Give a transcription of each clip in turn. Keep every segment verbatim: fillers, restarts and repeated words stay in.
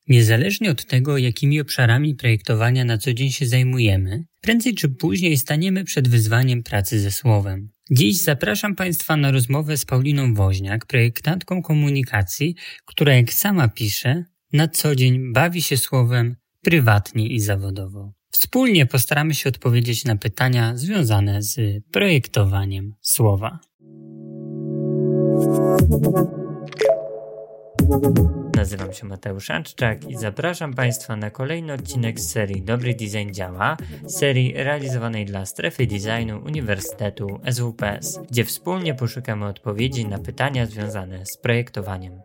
Niezależnie od tego, jakimi obszarami projektowania na co dzień się zajmujemy, prędzej czy później staniemy przed wyzwaniem pracy ze słowem. Dziś zapraszam Państwa na rozmowę z Pauliną Woźniak, projektantką komunikacji, która, jak sama pisze, na co dzień bawi się słowem prywatnie i zawodowo. Wspólnie postaramy się odpowiedzieć na pytania związane z projektowaniem słowa. Nazywam się Mateusz Anczczak i zapraszam Państwa na kolejny odcinek z serii Dobry Design Działa, serii realizowanej dla Strefy Designu Uniwersytetu S W P S, gdzie wspólnie poszukamy odpowiedzi na pytania związane z projektowaniem.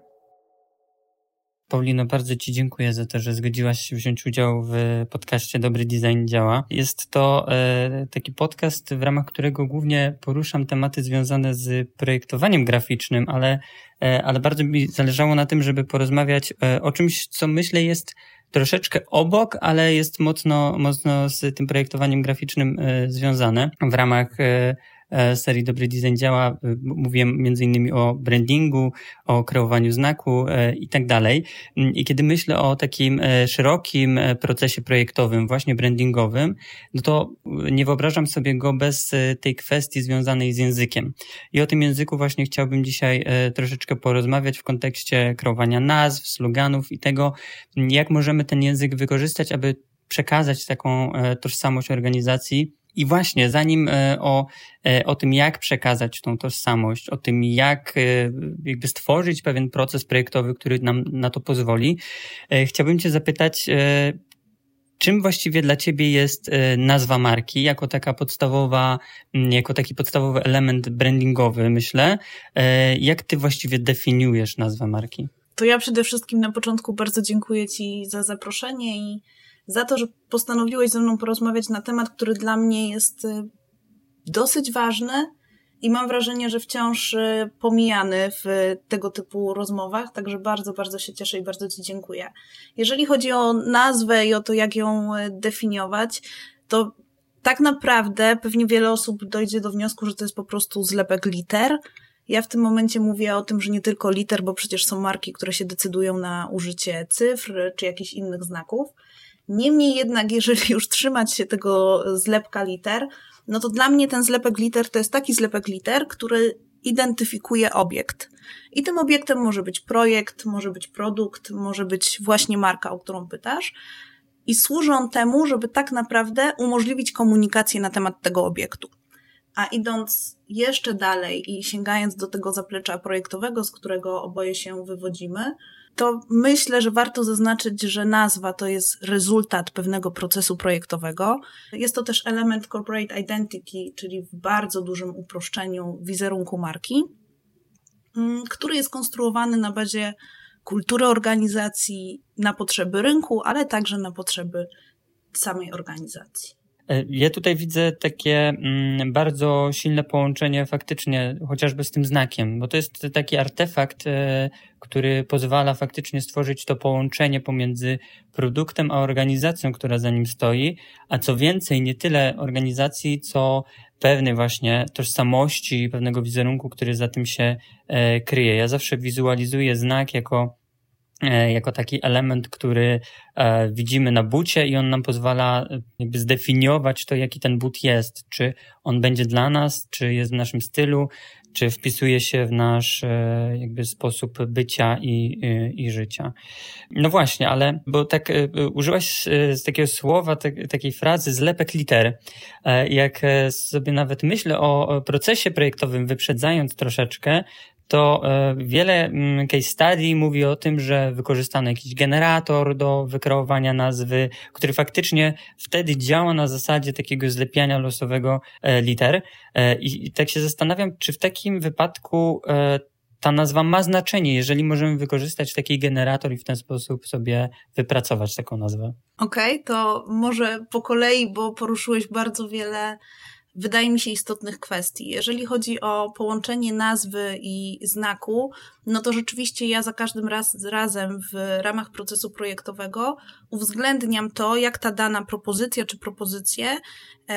Paulino, bardzo Ci dziękuję za to, że zgodziłaś się wziąć udział w podcaście Dobry Design Działa. Jest to e, taki podcast, w ramach którego głównie poruszam tematy związane z projektowaniem graficznym, ale, e, ale bardzo mi zależało na tym, żeby porozmawiać e, o czymś, co myślę jest troszeczkę obok, ale jest mocno, mocno z tym projektowaniem graficznym e, związane. W ramach e, serii Dobry Design Działa mówiłem między innymi o brandingu, o kreowaniu znaku i tak dalej. I kiedy myślę o takim szerokim procesie projektowym, właśnie brandingowym, no to nie wyobrażam sobie go bez tej kwestii związanej z językiem. I o tym języku właśnie chciałbym dzisiaj troszeczkę porozmawiać w kontekście kreowania nazw, sloganów i tego, jak możemy ten język wykorzystać, aby przekazać taką tożsamość organizacji. I właśnie, zanim o, o tym, jak przekazać tą tożsamość, o tym, jak jakby stworzyć pewien proces projektowy, który nam na to pozwoli, chciałbym Cię zapytać, czym właściwie dla Ciebie jest nazwa marki, jako taka podstawowa, jako taki podstawowy element brandingowy, myślę. Jak Ty właściwie definiujesz nazwę marki? To ja przede wszystkim na początku bardzo dziękuję Ci za zaproszenie i za to, że postanowiłeś ze mną porozmawiać na temat, który dla mnie jest dosyć ważny i mam wrażenie, że wciąż pomijany w tego typu rozmowach, także bardzo, bardzo się cieszę i bardzo Ci dziękuję. Jeżeli chodzi o nazwę i o to, jak ją definiować, to tak naprawdę pewnie wiele osób dojdzie do wniosku, że to jest po prostu zlepek liter. Ja w tym momencie mówię o tym, że nie tylko liter, bo przecież są marki, które się decydują na użycie cyfr czy jakichś innych znaków. Niemniej jednak, jeżeli już trzymać się tego zlepka liter, no to dla mnie ten zlepek liter to jest taki zlepek liter, który identyfikuje obiekt. I tym obiektem może być projekt, może być produkt, może być właśnie marka, o którą pytasz. I służy on temu, żeby tak naprawdę umożliwić komunikację na temat tego obiektu. A idąc jeszcze dalej i sięgając do tego zaplecza projektowego, z którego oboje się wywodzimy, to myślę, że warto zaznaczyć, że nazwa to jest rezultat pewnego procesu projektowego. Jest to też element corporate identity, czyli w bardzo dużym uproszczeniu wizerunku marki, który jest konstruowany na bazie kultury organizacji, na potrzeby rynku, ale także na potrzeby samej organizacji. Ja tutaj widzę takie mm, bardzo silne połączenie faktycznie chociażby z tym znakiem, bo to jest taki artefakt, e, który pozwala faktycznie stworzyć to połączenie pomiędzy produktem a organizacją, która za nim stoi, a co więcej, nie tyle organizacji, co pewnej właśnie tożsamości, pewnego wizerunku, który za tym się e, kryje. Ja zawsze wizualizuję znak jako jako taki element, który e, widzimy na bucie i on nam pozwala jakby zdefiniować to, jaki ten but jest. Czy on będzie dla nas, czy jest w naszym stylu, czy wpisuje się w nasz e, jakby sposób bycia i, i, i życia. No właśnie, ale bo tak e, użyłaś e, z takiego słowa, te, takiej frazy zlepek liter. E, jak sobie nawet myślę o, o procesie projektowym, wyprzedzając troszeczkę, to wiele case study mówi o tym, że wykorzystano jakiś generator do wykreowania nazwy, który faktycznie wtedy działa na zasadzie takiego zlepiania losowego liter. I tak się zastanawiam, czy w takim wypadku ta nazwa ma znaczenie, jeżeli możemy wykorzystać taki generator i w ten sposób sobie wypracować taką nazwę. Okej, okay, to może po kolei, bo poruszyłeś bardzo wiele, wydaje mi się, istotnych kwestii. Jeżeli chodzi o połączenie nazwy i znaku, no to rzeczywiście ja za każdym raz, razem w ramach procesu projektowego uwzględniam to, jak ta dana propozycja czy propozycje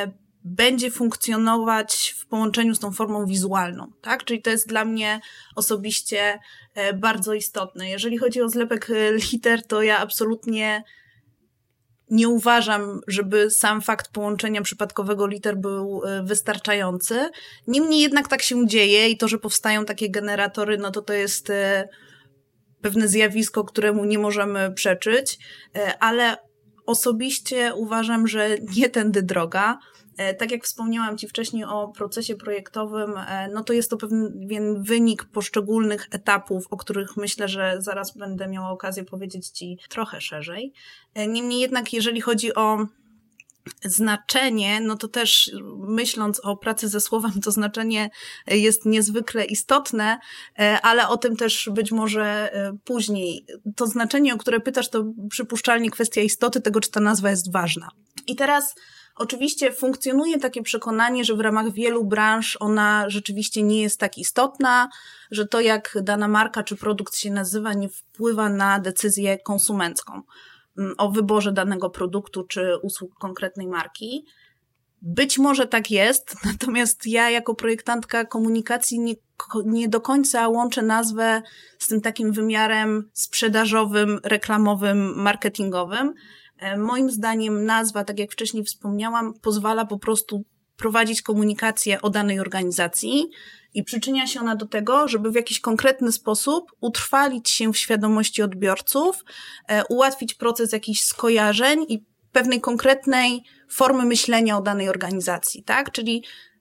będzie funkcjonować w połączeniu z tą formą wizualną, tak? Czyli to jest dla mnie osobiście bardzo istotne. Jeżeli chodzi o zlepek liter, to ja absolutnie nie uważam, żeby sam fakt połączenia przypadkowego liter był wystarczający. Niemniej jednak tak się dzieje i to, że powstają takie generatory, no to to jest pewne zjawisko, któremu nie możemy przeczyć, ale osobiście uważam, że nie tędy droga. Tak jak wspomniałam Ci wcześniej o procesie projektowym, no to jest to pewien wynik poszczególnych etapów, o których myślę, że zaraz będę miała okazję powiedzieć Ci trochę szerzej. Niemniej jednak, jeżeli chodzi o znaczenie, no to też myśląc o pracy ze słowem, to znaczenie jest niezwykle istotne, ale o tym też być może później. To znaczenie, o które pytasz, to przypuszczalnie kwestia istoty tego, czy ta nazwa jest ważna. I teraz oczywiście funkcjonuje takie przekonanie, że w ramach wielu branż ona rzeczywiście nie jest tak istotna, że to jak dana marka czy produkt się nazywa nie wpływa na decyzję konsumencką o wyborze danego produktu czy usług konkretnej marki. Być może tak jest, natomiast ja jako projektantka komunikacji nie, nie do końca łączę nazwę z tym takim wymiarem sprzedażowym, reklamowym, marketingowym. Moim zdaniem nazwa, tak jak wcześniej wspomniałam, pozwala po prostu prowadzić komunikację o danej organizacji i przyczynia się ona do tego, żeby w jakiś konkretny sposób utrwalić się w świadomości odbiorców, ułatwić proces jakichś skojarzeń i pewnej konkretnej formy myślenia o danej organizacji, tak? Czyli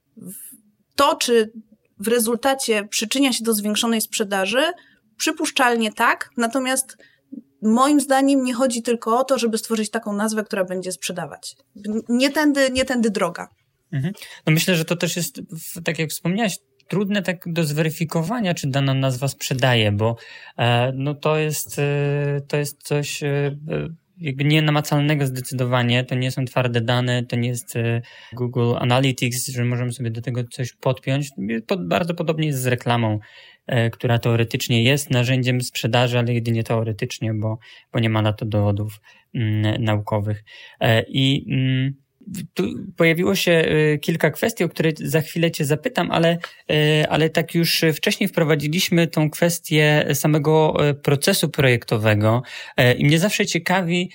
to, czy w rezultacie przyczynia się do zwiększonej sprzedaży, przypuszczalnie tak, natomiast moim zdaniem nie chodzi tylko o to, żeby stworzyć taką nazwę, która będzie sprzedawać. Nie tędy, nie tędy droga. Mhm. No myślę, że to też jest, tak jak wspomniałaś, trudne tak do zweryfikowania, czy dana nazwa sprzedaje, bo e, no to jest, e, to jest coś e, jakby nienamacalnego zdecydowanie, to nie są twarde dane, to nie jest e, Google Analytics, że możemy sobie do tego coś podpiąć. Pod, bardzo podobnie jest z reklamą, e, która teoretycznie jest narzędziem sprzedaży, ale jedynie teoretycznie, bo, bo nie ma na to dowodów mm, naukowych. E, I mm, tu pojawiło się kilka kwestii, o które za chwilę Cię zapytam, ale, ale tak już wcześniej wprowadziliśmy tą kwestię samego procesu projektowego i mnie zawsze ciekawi,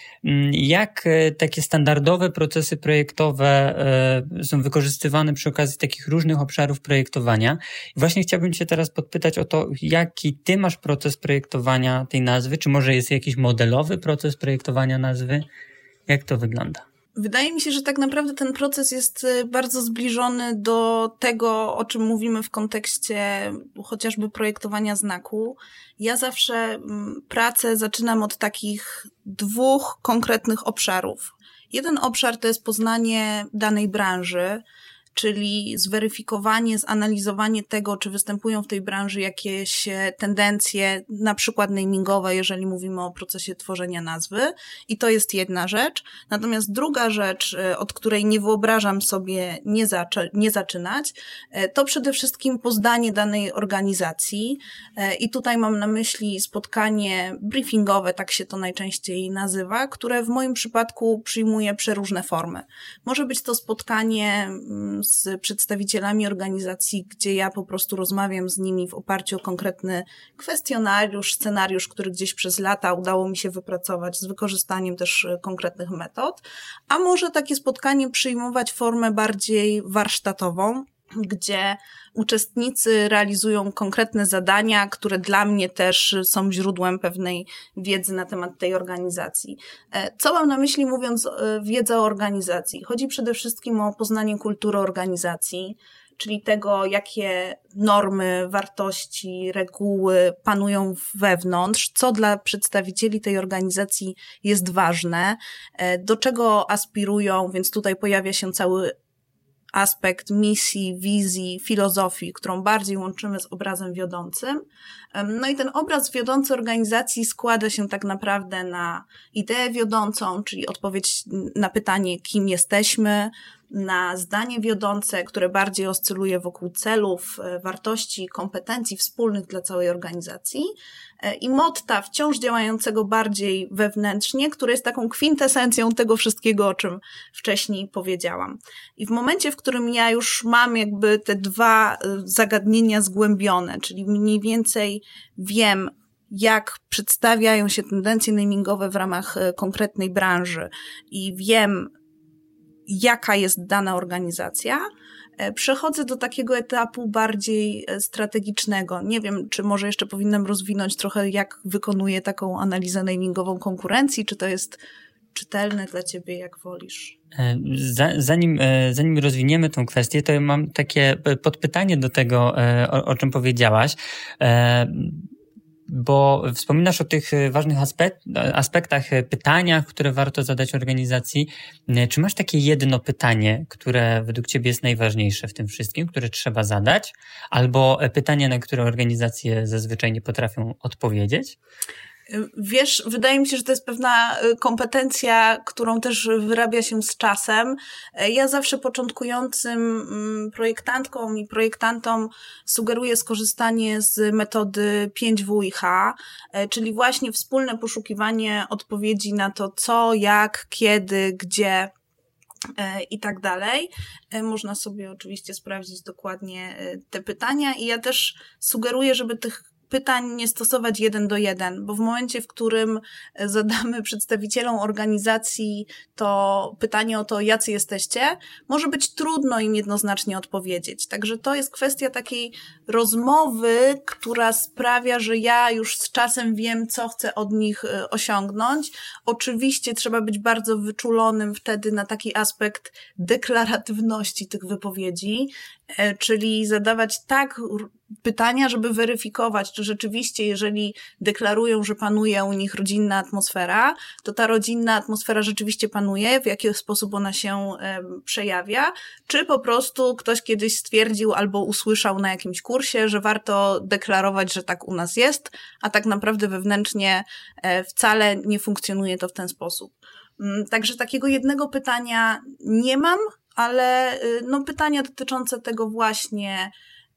jak takie standardowe procesy projektowe są wykorzystywane przy okazji takich różnych obszarów projektowania. I właśnie chciałbym Cię teraz podpytać o to, jaki Ty masz proces projektowania tej nazwy, czy może jest jakiś modelowy proces projektowania nazwy? Jak to wygląda? Wydaje mi się, że tak naprawdę ten proces jest bardzo zbliżony do tego, o czym mówimy w kontekście chociażby projektowania znaku. Ja zawsze pracę zaczynam od takich dwóch konkretnych obszarów. Jeden obszar to jest poznanie danej branży, czyli zweryfikowanie, zanalizowanie tego, czy występują w tej branży jakieś tendencje, na przykład namingowe, jeżeli mówimy o procesie tworzenia nazwy. I to jest jedna rzecz. Natomiast druga rzecz, od której nie wyobrażam sobie nie, zaczę- nie zaczynać, to przede wszystkim poznanie danej organizacji. I tutaj mam na myśli spotkanie briefingowe, tak się to najczęściej nazywa, które w moim przypadku przyjmuje przeróżne formy. Może być to spotkanie z przedstawicielami organizacji, gdzie ja po prostu rozmawiam z nimi w oparciu o konkretny kwestionariusz, scenariusz, który gdzieś przez lata udało mi się wypracować z wykorzystaniem też konkretnych metod, a może takie spotkanie przyjmować formę bardziej warsztatową, gdzie uczestnicy realizują konkretne zadania, które dla mnie też są źródłem pewnej wiedzy na temat tej organizacji. Co mam na myśli mówiąc wiedza o organizacji? Chodzi przede wszystkim o poznanie kultury organizacji, czyli tego, jakie normy, wartości, reguły panują wewnątrz, co dla przedstawicieli tej organizacji jest ważne, do czego aspirują, więc tutaj pojawia się cały aspekt misji, wizji, filozofii, którą bardziej łączymy z obrazem wiodącym. No i ten obraz wiodący organizacji składa się tak naprawdę na ideę wiodącą, czyli odpowiedź na pytanie, kim jesteśmy, na zdanie wiodące, które bardziej oscyluje wokół celów, wartości, kompetencji wspólnych dla całej organizacji, i motta wciąż działającego bardziej wewnętrznie, które jest taką kwintesencją tego wszystkiego, o czym wcześniej powiedziałam. I w momencie, w którym ja już mam jakby te dwa zagadnienia zgłębione, czyli mniej więcej wiem, jak przedstawiają się tendencje namingowe w ramach konkretnej branży i wiem, jaka jest dana organizacja, przechodzę do takiego etapu bardziej strategicznego. Nie wiem, czy może jeszcze powinnam rozwinąć trochę, jak wykonuję taką analizę namingową konkurencji, czy to jest czytelne dla ciebie, jak wolisz. Zanim, zanim rozwiniemy tą kwestię, to mam takie podpytanie do tego, o, o czym powiedziałaś. Bo wspominasz o tych ważnych aspektach, pytaniach, które warto zadać organizacji. Czy masz takie jedno pytanie, które według ciebie jest najważniejsze w tym wszystkim, które trzeba zadać? Albo pytanie, na które organizacje zazwyczaj nie potrafią odpowiedzieć? Wiesz, wydaje mi się, że to jest pewna kompetencja, którą też wyrabia się z czasem. Ja zawsze początkującym projektantkom i projektantom sugeruję skorzystanie z metody pięć W i H, czyli właśnie wspólne poszukiwanie odpowiedzi na to, co, jak, kiedy, gdzie i tak dalej. Można sobie oczywiście sprawdzić dokładnie te pytania i ja też sugeruję, żeby tych pytań nie stosować jeden do jeden, bo w momencie, w którym zadamy przedstawicielom organizacji to pytanie o to, jacy jesteście, może być trudno im jednoznacznie odpowiedzieć. Także to jest kwestia takiej rozmowy, która sprawia, że ja już z czasem wiem, co chcę od nich osiągnąć. Oczywiście trzeba być bardzo wyczulonym wtedy na taki aspekt deklaratywności tych wypowiedzi, czyli zadawać tak pytania, żeby weryfikować, czy rzeczywiście, jeżeli deklarują, że panuje u nich rodzinna atmosfera, to ta rodzinna atmosfera rzeczywiście panuje, w jaki sposób ona się e, przejawia, czy po prostu ktoś kiedyś stwierdził albo usłyszał na jakimś kursie, że warto deklarować, że tak u nas jest, a tak naprawdę wewnętrznie e, wcale nie funkcjonuje to w ten sposób. Także takiego jednego pytania nie mam, ale no, pytania dotyczące tego właśnie,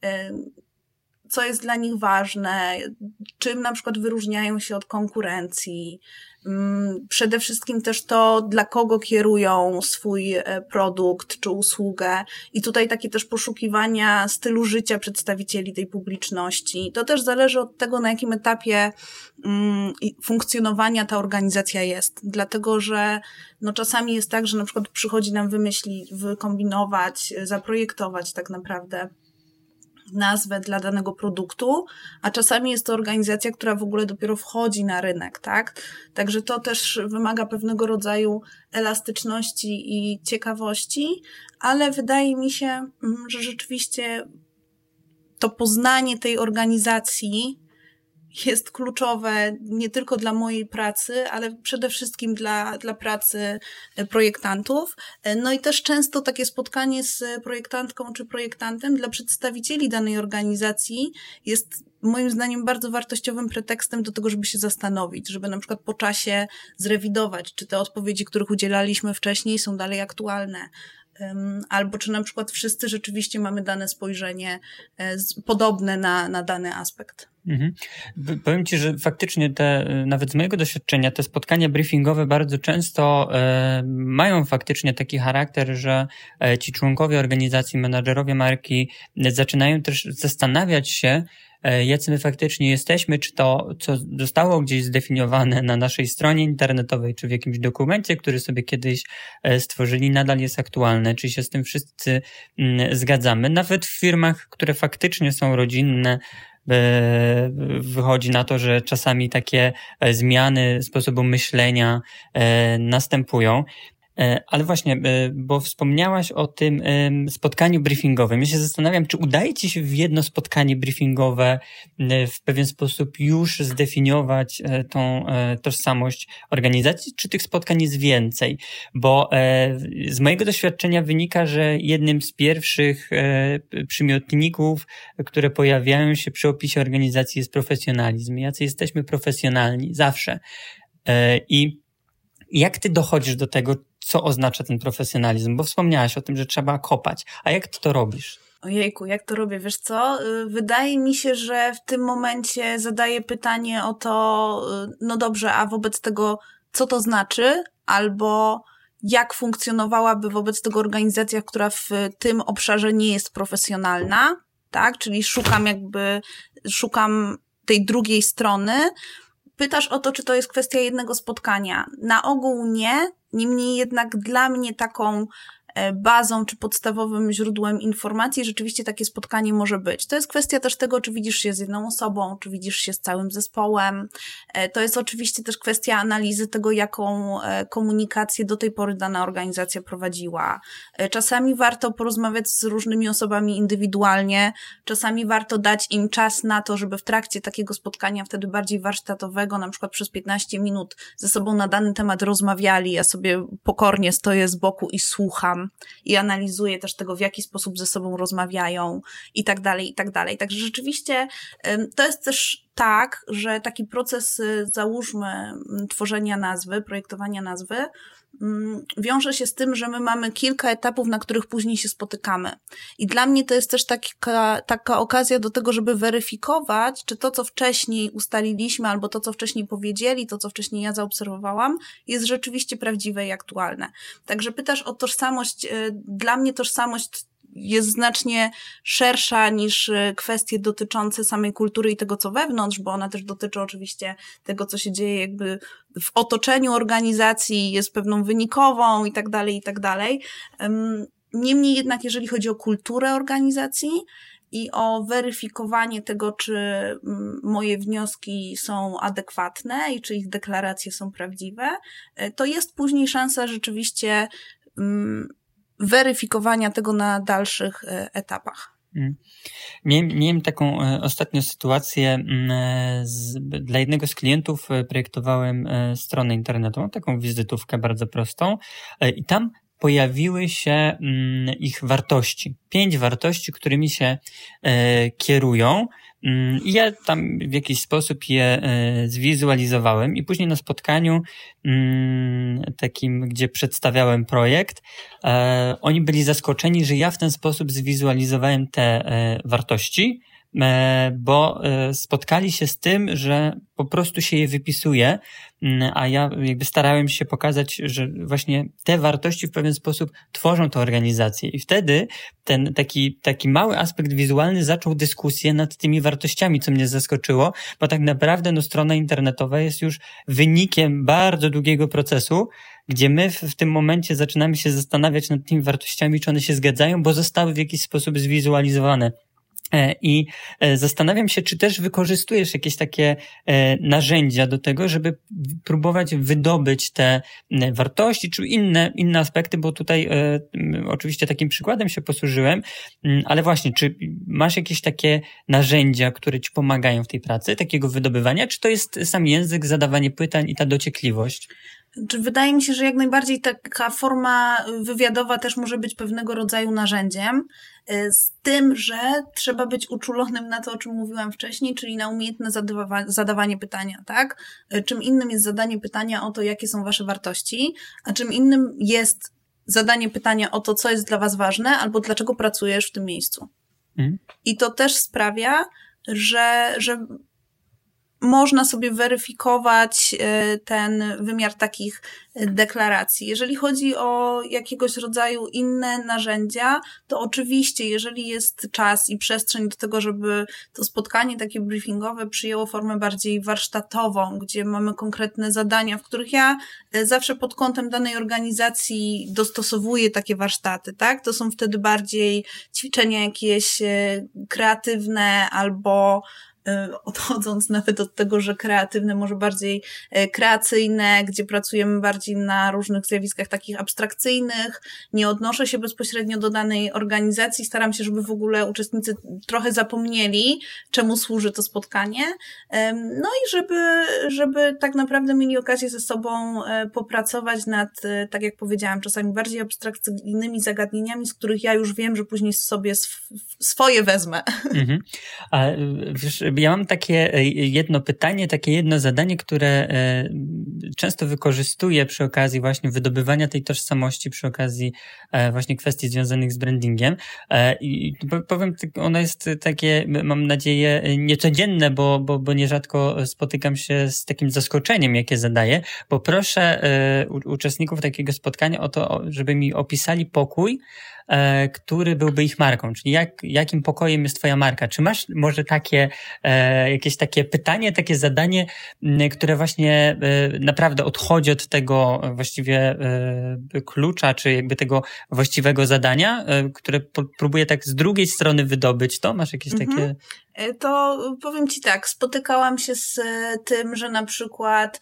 co jest dla nich ważne, czym na przykład wyróżniają się od konkurencji. Przede wszystkim też to, dla kogo kierują swój produkt czy usługę i tutaj takie też poszukiwania stylu życia przedstawicieli tej publiczności. To też zależy od tego, na jakim etapie funkcjonowania ta organizacja jest. Dlatego, że no czasami jest tak, że na przykład przychodzi nam wymyślić, wykombinować, zaprojektować tak naprawdę nazwę dla danego produktu, a czasami jest to organizacja, która w ogóle dopiero wchodzi na rynek, tak? Także to też wymaga pewnego rodzaju elastyczności i ciekawości, ale wydaje mi się, że rzeczywiście to poznanie tej organizacji jest kluczowe nie tylko dla mojej pracy, ale przede wszystkim dla, dla pracy projektantów. No i też często takie spotkanie z projektantką czy projektantem dla przedstawicieli danej organizacji jest moim zdaniem bardzo wartościowym pretekstem do tego, żeby się zastanowić, żeby na przykład po czasie zrewidować, czy te odpowiedzi, których udzielaliśmy wcześniej, są dalej aktualne. Albo czy na przykład wszyscy rzeczywiście mamy dane spojrzenie podobne na, na dany aspekt. Mhm. Powiem ci, że faktycznie te, nawet z mojego doświadczenia, te spotkania briefingowe bardzo często e, mają faktycznie taki charakter, że e, ci członkowie organizacji, menadżerowie marki zaczynają też zastanawiać się, e, jacy my faktycznie jesteśmy, czy to, co zostało gdzieś zdefiniowane na naszej stronie internetowej, czy w jakimś dokumencie, który sobie kiedyś e, stworzyli, nadal jest aktualne, czy się z tym wszyscy m, zgadzamy. Nawet w firmach, które faktycznie są rodzinne, wychodzi na to, że czasami takie zmiany sposobu myślenia następują. Ale właśnie, bo wspomniałaś o tym spotkaniu briefingowym. Ja się zastanawiam, czy udaje ci się w jedno spotkanie briefingowe w pewien sposób już zdefiniować tą tożsamość organizacji, czy tych spotkań jest więcej? Bo z mojego doświadczenia wynika, że jednym z pierwszych przymiotników, które pojawiają się przy opisie organizacji, jest profesjonalizm. Jacy jesteśmy profesjonalni, zawsze. I jak ty dochodzisz do tego? co oznacza ten profesjonalizm? Bo wspomniałaś o tym, że trzeba kopać. A jak ty to robisz? Ojejku, jak to robię? Wiesz co? Wydaje mi się, że w tym momencie zadaję pytanie o to, no dobrze, a wobec tego, co to znaczy? Albo jak funkcjonowałaby wobec tego organizacja, która w tym obszarze nie jest profesjonalna, tak? Czyli szukam jakby, szukam tej drugiej strony. Pytasz o to, czy to jest kwestia jednego spotkania. Na ogół nie, niemniej jednak dla mnie taką bazą czy podstawowym źródłem informacji rzeczywiście takie spotkanie może być. To jest kwestia też tego, czy widzisz się z jedną osobą, czy widzisz się z całym zespołem. To jest oczywiście też kwestia analizy tego, jaką komunikację do tej pory dana organizacja prowadziła. Czasami warto porozmawiać z różnymi osobami indywidualnie, czasami warto dać im czas na to, żeby w trakcie takiego spotkania wtedy bardziej warsztatowego, na przykład przez piętnaście minut ze sobą na dany temat rozmawiali, ja sobie pokornie stoję z boku i słucham i analizuję też tego, w jaki sposób ze sobą rozmawiają i tak dalej, i tak dalej. Także rzeczywiście to jest też tak, że taki proces, załóżmy, tworzenia nazwy, projektowania nazwy, wiąże się z tym, że my mamy kilka etapów, na których później się spotykamy. I dla mnie to jest też taka, taka okazja do tego, żeby weryfikować, czy to, co wcześniej ustaliliśmy, albo to, co wcześniej powiedzieli, to, co wcześniej ja zaobserwowałam, jest rzeczywiście prawdziwe i aktualne. Także pytasz o tożsamość. Dla mnie tożsamość jest znacznie szersza niż kwestie dotyczące samej kultury i tego, co wewnątrz, bo ona też dotyczy oczywiście tego, co się dzieje jakby w otoczeniu organizacji, jest pewną wynikową i tak dalej, i tak dalej. Niemniej jednak, jeżeli chodzi o kulturę organizacji i o weryfikowanie tego, czy moje wnioski są adekwatne i czy ich deklaracje są prawdziwe, to jest później szansa rzeczywiście weryfikowania tego na dalszych etapach. Miałem, miałem taką ostatnią sytuację. Z, dla jednego z klientów projektowałem stronę internetową, taką wizytówkę bardzo prostą i tam pojawiły się ich wartości. Pięć wartości, którymi się kierują. I ja tam w jakiś sposób je zwizualizowałem i później na spotkaniu takim, gdzie przedstawiałem projekt, oni byli zaskoczeni, że ja w ten sposób zwizualizowałem te wartości, bo spotkali się z tym, że po prostu się je wypisuje, a ja jakby starałem się pokazać, że właśnie te wartości w pewien sposób tworzą tę organizację i wtedy ten taki, taki mały aspekt wizualny zaczął dyskusję nad tymi wartościami, co mnie zaskoczyło, bo tak naprawdę no, strona internetowa jest już wynikiem bardzo długiego procesu, gdzie my w, w tym momencie zaczynamy się zastanawiać nad tymi wartościami, czy one się zgadzają, bo zostały w jakiś sposób zwizualizowane. I zastanawiam się, czy też wykorzystujesz jakieś takie narzędzia do tego, żeby próbować wydobyć te wartości, czy inne, inne aspekty, bo tutaj oczywiście takim przykładem się posłużyłem, ale właśnie, czy masz jakieś takie narzędzia, które ci pomagają w tej pracy, takiego wydobywania, czy to jest sam język, zadawanie pytań i ta dociekliwość? Wydaje mi się, że jak najbardziej taka forma wywiadowa też może być pewnego rodzaju narzędziem, z tym, że trzeba być uczulonym na to, o czym mówiłam wcześniej, czyli na umiejętne zadawa- zadawanie pytania, tak? Czym innym jest zadanie pytania o to, jakie są wasze wartości, a czym innym jest zadanie pytania o to, co jest dla was ważne, albo dlaczego pracujesz w tym miejscu. Mhm. I to też sprawia, że, że można sobie weryfikować ten wymiar takich deklaracji. Jeżeli chodzi o jakiegoś rodzaju inne narzędzia, to oczywiście, jeżeli jest czas i przestrzeń do tego, żeby to spotkanie takie briefingowe przyjęło formę bardziej warsztatową, gdzie mamy konkretne zadania, w których ja zawsze pod kątem danej organizacji dostosowuję takie warsztaty, tak? To są wtedy bardziej ćwiczenia jakieś kreatywne albo odchodząc nawet od tego, że kreatywne, może bardziej kreacyjne, gdzie pracujemy bardziej na różnych zjawiskach takich abstrakcyjnych. Nie odnoszę się bezpośrednio do danej organizacji, staram się, żeby w ogóle uczestnicy trochę zapomnieli, czemu służy to spotkanie. No i żeby, żeby tak naprawdę mieli okazję ze sobą popracować nad, tak jak powiedziałam, czasami bardziej abstrakcyjnymi zagadnieniami, z których ja już wiem, że później sobie sw- swoje wezmę. Mhm. A wiesz, Ja mam takie jedno pytanie, takie jedno zadanie, które często wykorzystuję przy okazji właśnie wydobywania tej tożsamości, przy okazji właśnie kwestii związanych z brandingiem. I powiem, ono jest takie, mam nadzieję, niecodzienne, bo, bo, bo nierzadko spotykam się z takim zaskoczeniem, jakie zadaję, bo proszę uczestników takiego spotkania o to, żeby mi opisali pokój, który byłby ich marką, czyli jak, jakim pokojem jest twoja marka. Czy masz może takie, e, jakieś takie pytanie, takie zadanie, m, które właśnie e, naprawdę odchodzi od tego właściwie e, klucza, czy jakby tego właściwego zadania, e, które po, próbuję tak z drugiej strony wydobyć to? Masz jakieś mhm. takie... To powiem Ci tak, spotykałam się z tym, że na przykład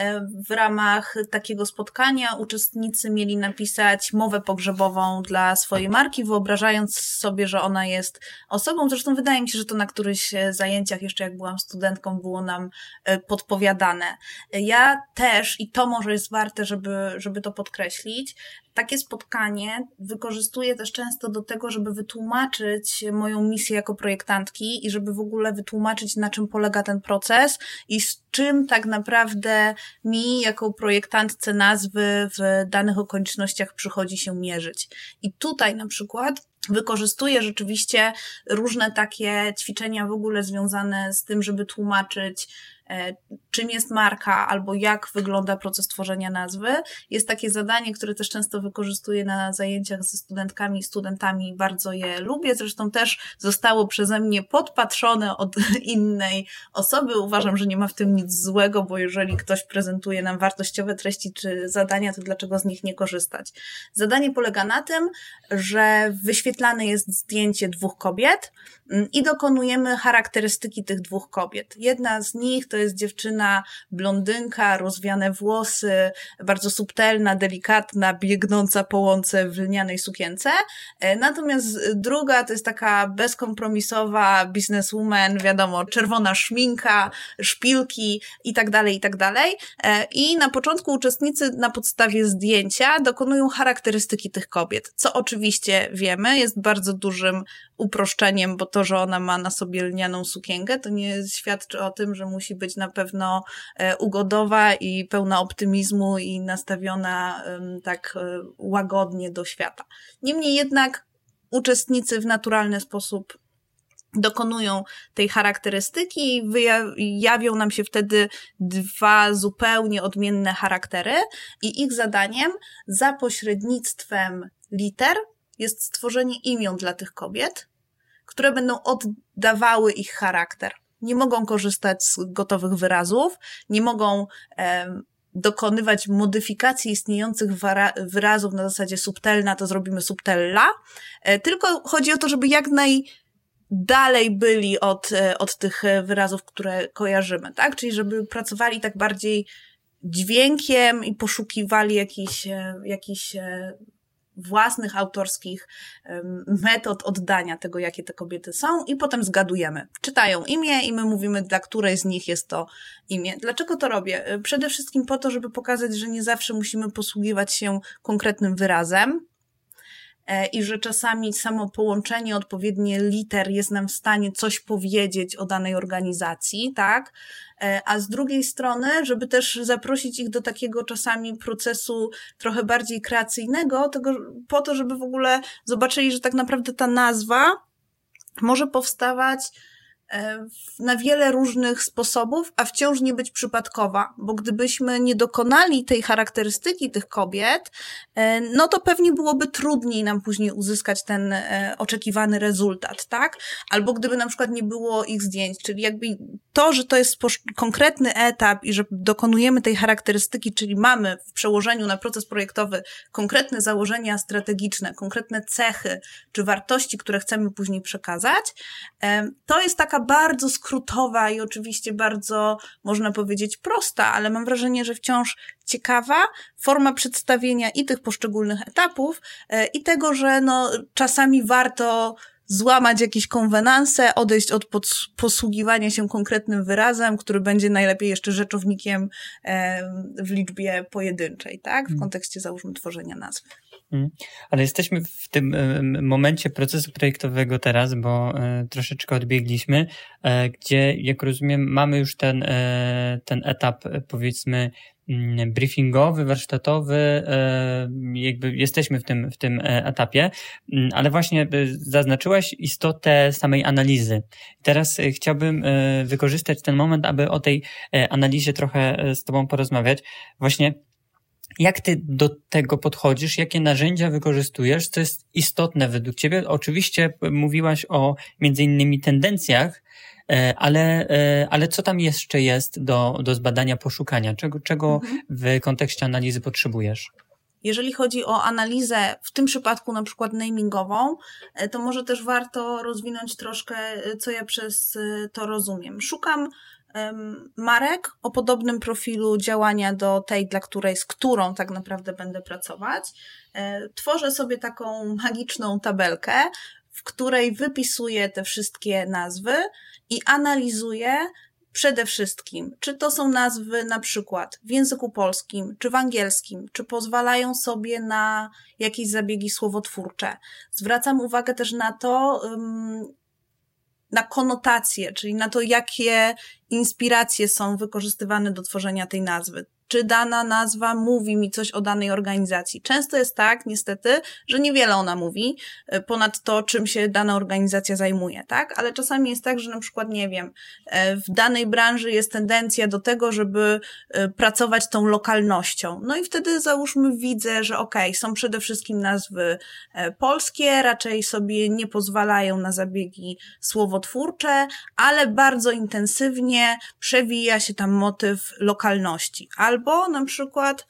w ramach takiego spotkania uczestnicy mieli napisać mowę pogrzebową dla swojej marki, wyobrażając sobie, że ona jest osobą. Zresztą wydaje mi się, że to na którychś zajęciach, jeszcze jak byłam studentką, było nam podpowiadane. Ja też, i to może jest warte, żeby, żeby to podkreślić, takie spotkanie wykorzystuję też często do tego, żeby wytłumaczyć moją misję jako projektantki i żeby w ogóle wytłumaczyć, na czym polega ten proces i z czym tak naprawdę mi jako projektantce nazwy w danych okolicznościach przychodzi się mierzyć. I tutaj na przykład wykorzystuję rzeczywiście różne takie ćwiczenia w ogóle związane z tym, żeby tłumaczyć, czym jest marka albo jak wygląda proces tworzenia nazwy. Jest takie zadanie, które też często wykorzystuję na zajęciach ze studentkami i studentami. Bardzo je lubię. Zresztą też zostało przeze mnie podpatrzone od innej osoby. Uważam, że nie ma w tym nic złego, bo jeżeli ktoś prezentuje nam wartościowe treści czy zadania, to dlaczego z nich nie korzystać? Zadanie polega na tym, że wyświetlane jest zdjęcie dwóch kobiet i dokonujemy charakterystyki tych dwóch kobiet. Jedna z nich to jest dziewczyna blondynka, rozwiane włosy, bardzo subtelna, delikatna, biegnąca po łące w lnianej sukience. Natomiast druga to jest taka bezkompromisowa businesswoman, wiadomo, czerwona szminka, szpilki i tak dalej, i tak dalej. I na początku uczestnicy na podstawie zdjęcia dokonują charakterystyki tych kobiet, co oczywiście wiemy, jest bardzo dużym uproszczeniem, bo to, że ona ma na sobie lnianą sukienkę, to nie świadczy o tym, że musi być na pewno ugodowa i pełna optymizmu i nastawiona tak łagodnie do świata. Niemniej jednak uczestnicy w naturalny sposób dokonują tej charakterystyki i wyjawią nam się wtedy dwa zupełnie odmienne charaktery i ich zadaniem za pośrednictwem liter jest stworzenie imion dla tych kobiet, które będą oddawały ich charakter. Nie mogą korzystać z gotowych wyrazów, nie mogą e, dokonywać modyfikacji istniejących wara- wyrazów na zasadzie subtelna, to zrobimy subtella, e, tylko chodzi o to, żeby jak najdalej byli od, e, od tych wyrazów, które kojarzymy, tak? Czyli żeby pracowali tak bardziej dźwiękiem i poszukiwali jakichś, e, jakichś e, własnych autorskich metod oddania tego, jakie te kobiety są i potem zgadujemy. Czytają imię i my mówimy, dla której z nich jest to imię. Dlaczego to robię? Przede wszystkim po to, żeby pokazać, że nie zawsze musimy posługiwać się konkretnym wyrazem i że czasami samo połączenie odpowiednie liter jest nam w stanie coś powiedzieć o danej organizacji, tak? A z drugiej strony, żeby też zaprosić ich do takiego czasami procesu trochę bardziej kreacyjnego, tego, po to, żeby w ogóle zobaczyli, że tak naprawdę ta nazwa może powstawać na wiele różnych sposobów, a wciąż nie być przypadkowa, bo gdybyśmy nie dokonali tej charakterystyki tych kobiet, no to pewnie byłoby trudniej nam później uzyskać ten oczekiwany rezultat, tak? Albo gdyby na przykład nie było ich zdjęć, czyli jakby to, że to jest konkretny etap i że dokonujemy tej charakterystyki, czyli mamy w przełożeniu na proces projektowy konkretne założenia strategiczne, konkretne cechy czy wartości, które chcemy później przekazać, to jest taka bardzo skrótowa i oczywiście bardzo, można powiedzieć, prosta, ale mam wrażenie, że wciąż ciekawa forma przedstawienia i tych poszczególnych etapów i tego, że no, czasami warto złamać jakieś konwenanse, odejść od pod- posługiwania się konkretnym wyrazem, który będzie najlepiej jeszcze rzeczownikiem e, w liczbie pojedynczej, tak? W kontekście, załóżmy, tworzenia nazwy. Ale jesteśmy w tym momencie procesu projektowego teraz, bo troszeczkę odbiegliśmy, gdzie, jak rozumiem, mamy już ten, ten etap, powiedzmy, briefingowy, warsztatowy, jakby jesteśmy w tym, w tym etapie, ale właśnie zaznaczyłaś istotę samej analizy. Teraz chciałbym wykorzystać ten moment, aby o tej analizie trochę z Tobą porozmawiać. Właśnie jak ty do tego podchodzisz? Jakie narzędzia wykorzystujesz? Co jest istotne według ciebie? Oczywiście mówiłaś o między innymi tendencjach, ale, ale co tam jeszcze jest do, do zbadania, poszukania? Czego, czego mhm. w kontekście analizy potrzebujesz? Jeżeli chodzi o analizę, w tym przypadku na przykład namingową, to może też warto rozwinąć troszkę, co ja przez to rozumiem. Szukam marek o podobnym profilu działania do tej, dla której, z którą tak naprawdę będę pracować. Tworzę sobie taką magiczną tabelkę, w której wypisuję te wszystkie nazwy i analizuję przede wszystkim, czy to są nazwy na przykład w języku polskim, czy w angielskim, czy pozwalają sobie na jakieś zabiegi słowotwórcze. Zwracam uwagę też na to, na konotacje, czyli na to, jakie inspiracje są wykorzystywane do tworzenia tej nazwy. Czy dana nazwa mówi mi coś o danej organizacji. Często jest tak, niestety, że niewiele ona mówi ponad to, czym się dana organizacja zajmuje, tak? Ale czasami jest tak, że na przykład, nie wiem, w danej branży jest tendencja do tego, żeby pracować tą lokalnością. No i wtedy załóżmy widzę, że okej, okay, są przede wszystkim nazwy polskie, raczej sobie nie pozwalają na zabiegi słowotwórcze, ale bardzo intensywnie przewija się tam motyw lokalności. Albo na przykład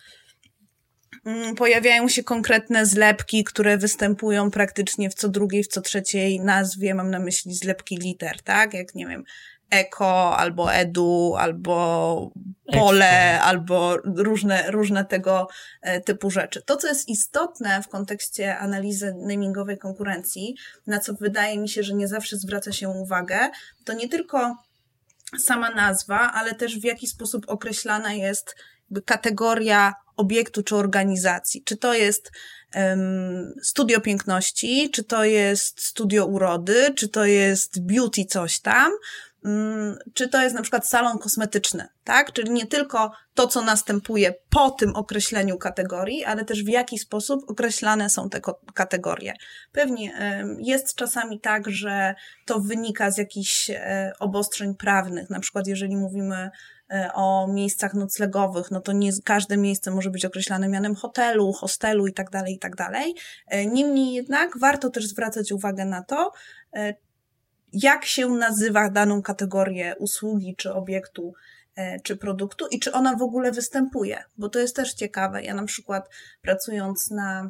pojawiają się konkretne zlepki, które występują praktycznie w co drugiej, w co trzeciej nazwie, mam na myśli zlepki liter, tak? Jak, nie wiem, eko, albo edu, albo pole, Expo. albo różne, różne tego typu rzeczy. To, co jest istotne w kontekście analizy namingowej konkurencji, na co wydaje mi się, że nie zawsze zwraca się uwagę, to nie tylko sama nazwa, ale też w jaki sposób określana jest kategoria obiektu czy organizacji. Czy to jest um, studio piękności, czy to jest studio urody, czy to jest beauty coś tam, um, czy to jest na przykład salon kosmetyczny, tak? Czyli nie tylko to, co następuje po tym określeniu kategorii, ale też w jaki sposób określane są te kategorie. Pewnie um, jest czasami tak, że to wynika z jakichś um, obostrzeń prawnych, na przykład jeżeli mówimy o miejscach noclegowych, no to nie każde miejsce może być określane mianem hotelu, hostelu i tak dalej, i tak dalej. Niemniej jednak warto też zwracać uwagę na to, jak się nazywa daną kategorię usługi, czy obiektu, czy produktu i czy ona w ogóle występuje, bo to jest też ciekawe. Ja na przykład pracując na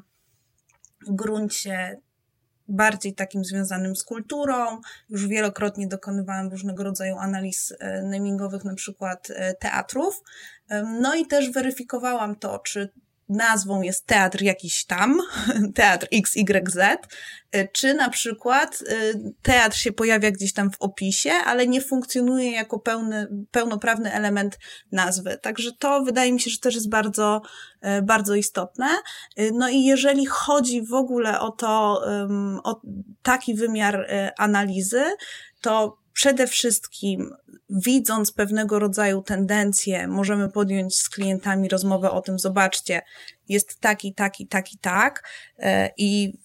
gruncie bardziej takim związanym z kulturą. Już wielokrotnie dokonywałam różnego rodzaju analiz namingowych, na przykład teatrów. No i też weryfikowałam to, czy nazwą jest teatr jakiś tam, teatr X Y Z, czy na przykład teatr się pojawia gdzieś tam w opisie, ale nie funkcjonuje jako pełny, pełnoprawny element nazwy. Także to wydaje mi się, że też jest bardzo, bardzo istotne. No i jeżeli chodzi w ogóle o to, o taki wymiar analizy, to przede wszystkim widząc pewnego rodzaju tendencje, możemy podjąć z klientami rozmowę o tym, zobaczcie, jest taki, taki, taki, tak i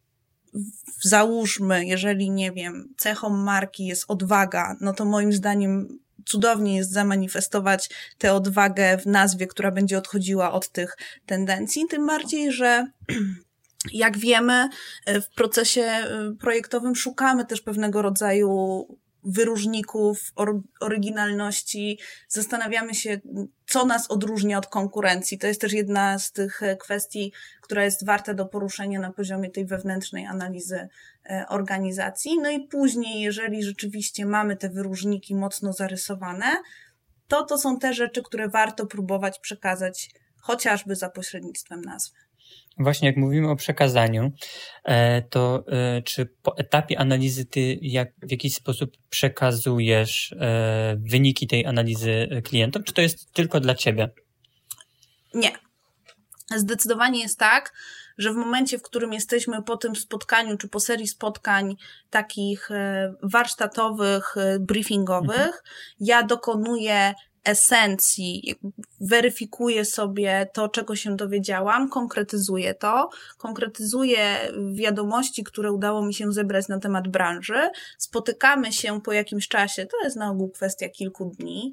załóżmy, jeżeli, nie wiem, cechą marki jest odwaga, no to moim zdaniem cudownie jest zamanifestować tę odwagę w nazwie, która będzie odchodziła od tych tendencji, tym bardziej, że jak wiemy, w procesie projektowym szukamy też pewnego rodzaju wyróżników, oryginalności, zastanawiamy się, co nas odróżnia od konkurencji. To jest też jedna z tych kwestii, która jest warta do poruszenia na poziomie tej wewnętrznej analizy organizacji. No i później, jeżeli rzeczywiście mamy te wyróżniki mocno zarysowane, to to są te rzeczy, które warto próbować przekazać chociażby za pośrednictwem nazwy. Właśnie jak mówimy o przekazaniu, to czy po etapie analizy ty jak, w jakiś sposób przekazujesz wyniki tej analizy klientom, czy to jest tylko dla ciebie? Nie. Zdecydowanie jest tak, że w momencie, w którym jesteśmy po tym spotkaniu, czy po serii spotkań takich warsztatowych, briefingowych, mhm. ja dokonuję esencji, weryfikuję sobie to, czego się dowiedziałam, konkretyzuję to, konkretyzuję wiadomości, które udało mi się zebrać na temat branży, spotykamy się po jakimś czasie, to jest na ogół kwestia kilku dni,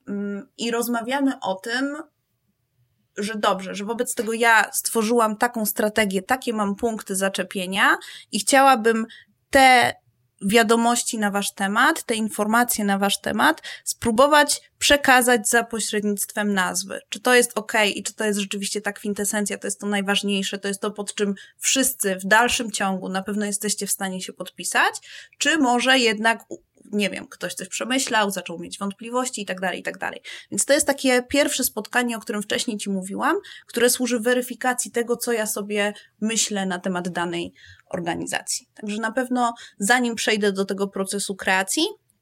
i rozmawiamy o tym, że dobrze, że wobec tego ja stworzyłam taką strategię, takie mam punkty zaczepienia i chciałabym te wiadomości na wasz temat, te informacje na wasz temat spróbować przekazać za pośrednictwem nazwy. Czy to jest okej i czy to jest rzeczywiście ta kwintesencja, to jest to najważniejsze, to jest to, pod czym wszyscy w dalszym ciągu na pewno jesteście w stanie się podpisać, czy może jednak nie wiem, ktoś coś przemyślał, zaczął mieć wątpliwości i tak dalej, i tak dalej. Więc to jest takie pierwsze spotkanie, o którym wcześniej ci mówiłam, które służy weryfikacji tego, co ja sobie myślę na temat danej organizacji. Także na pewno zanim przejdę do tego procesu kreacji,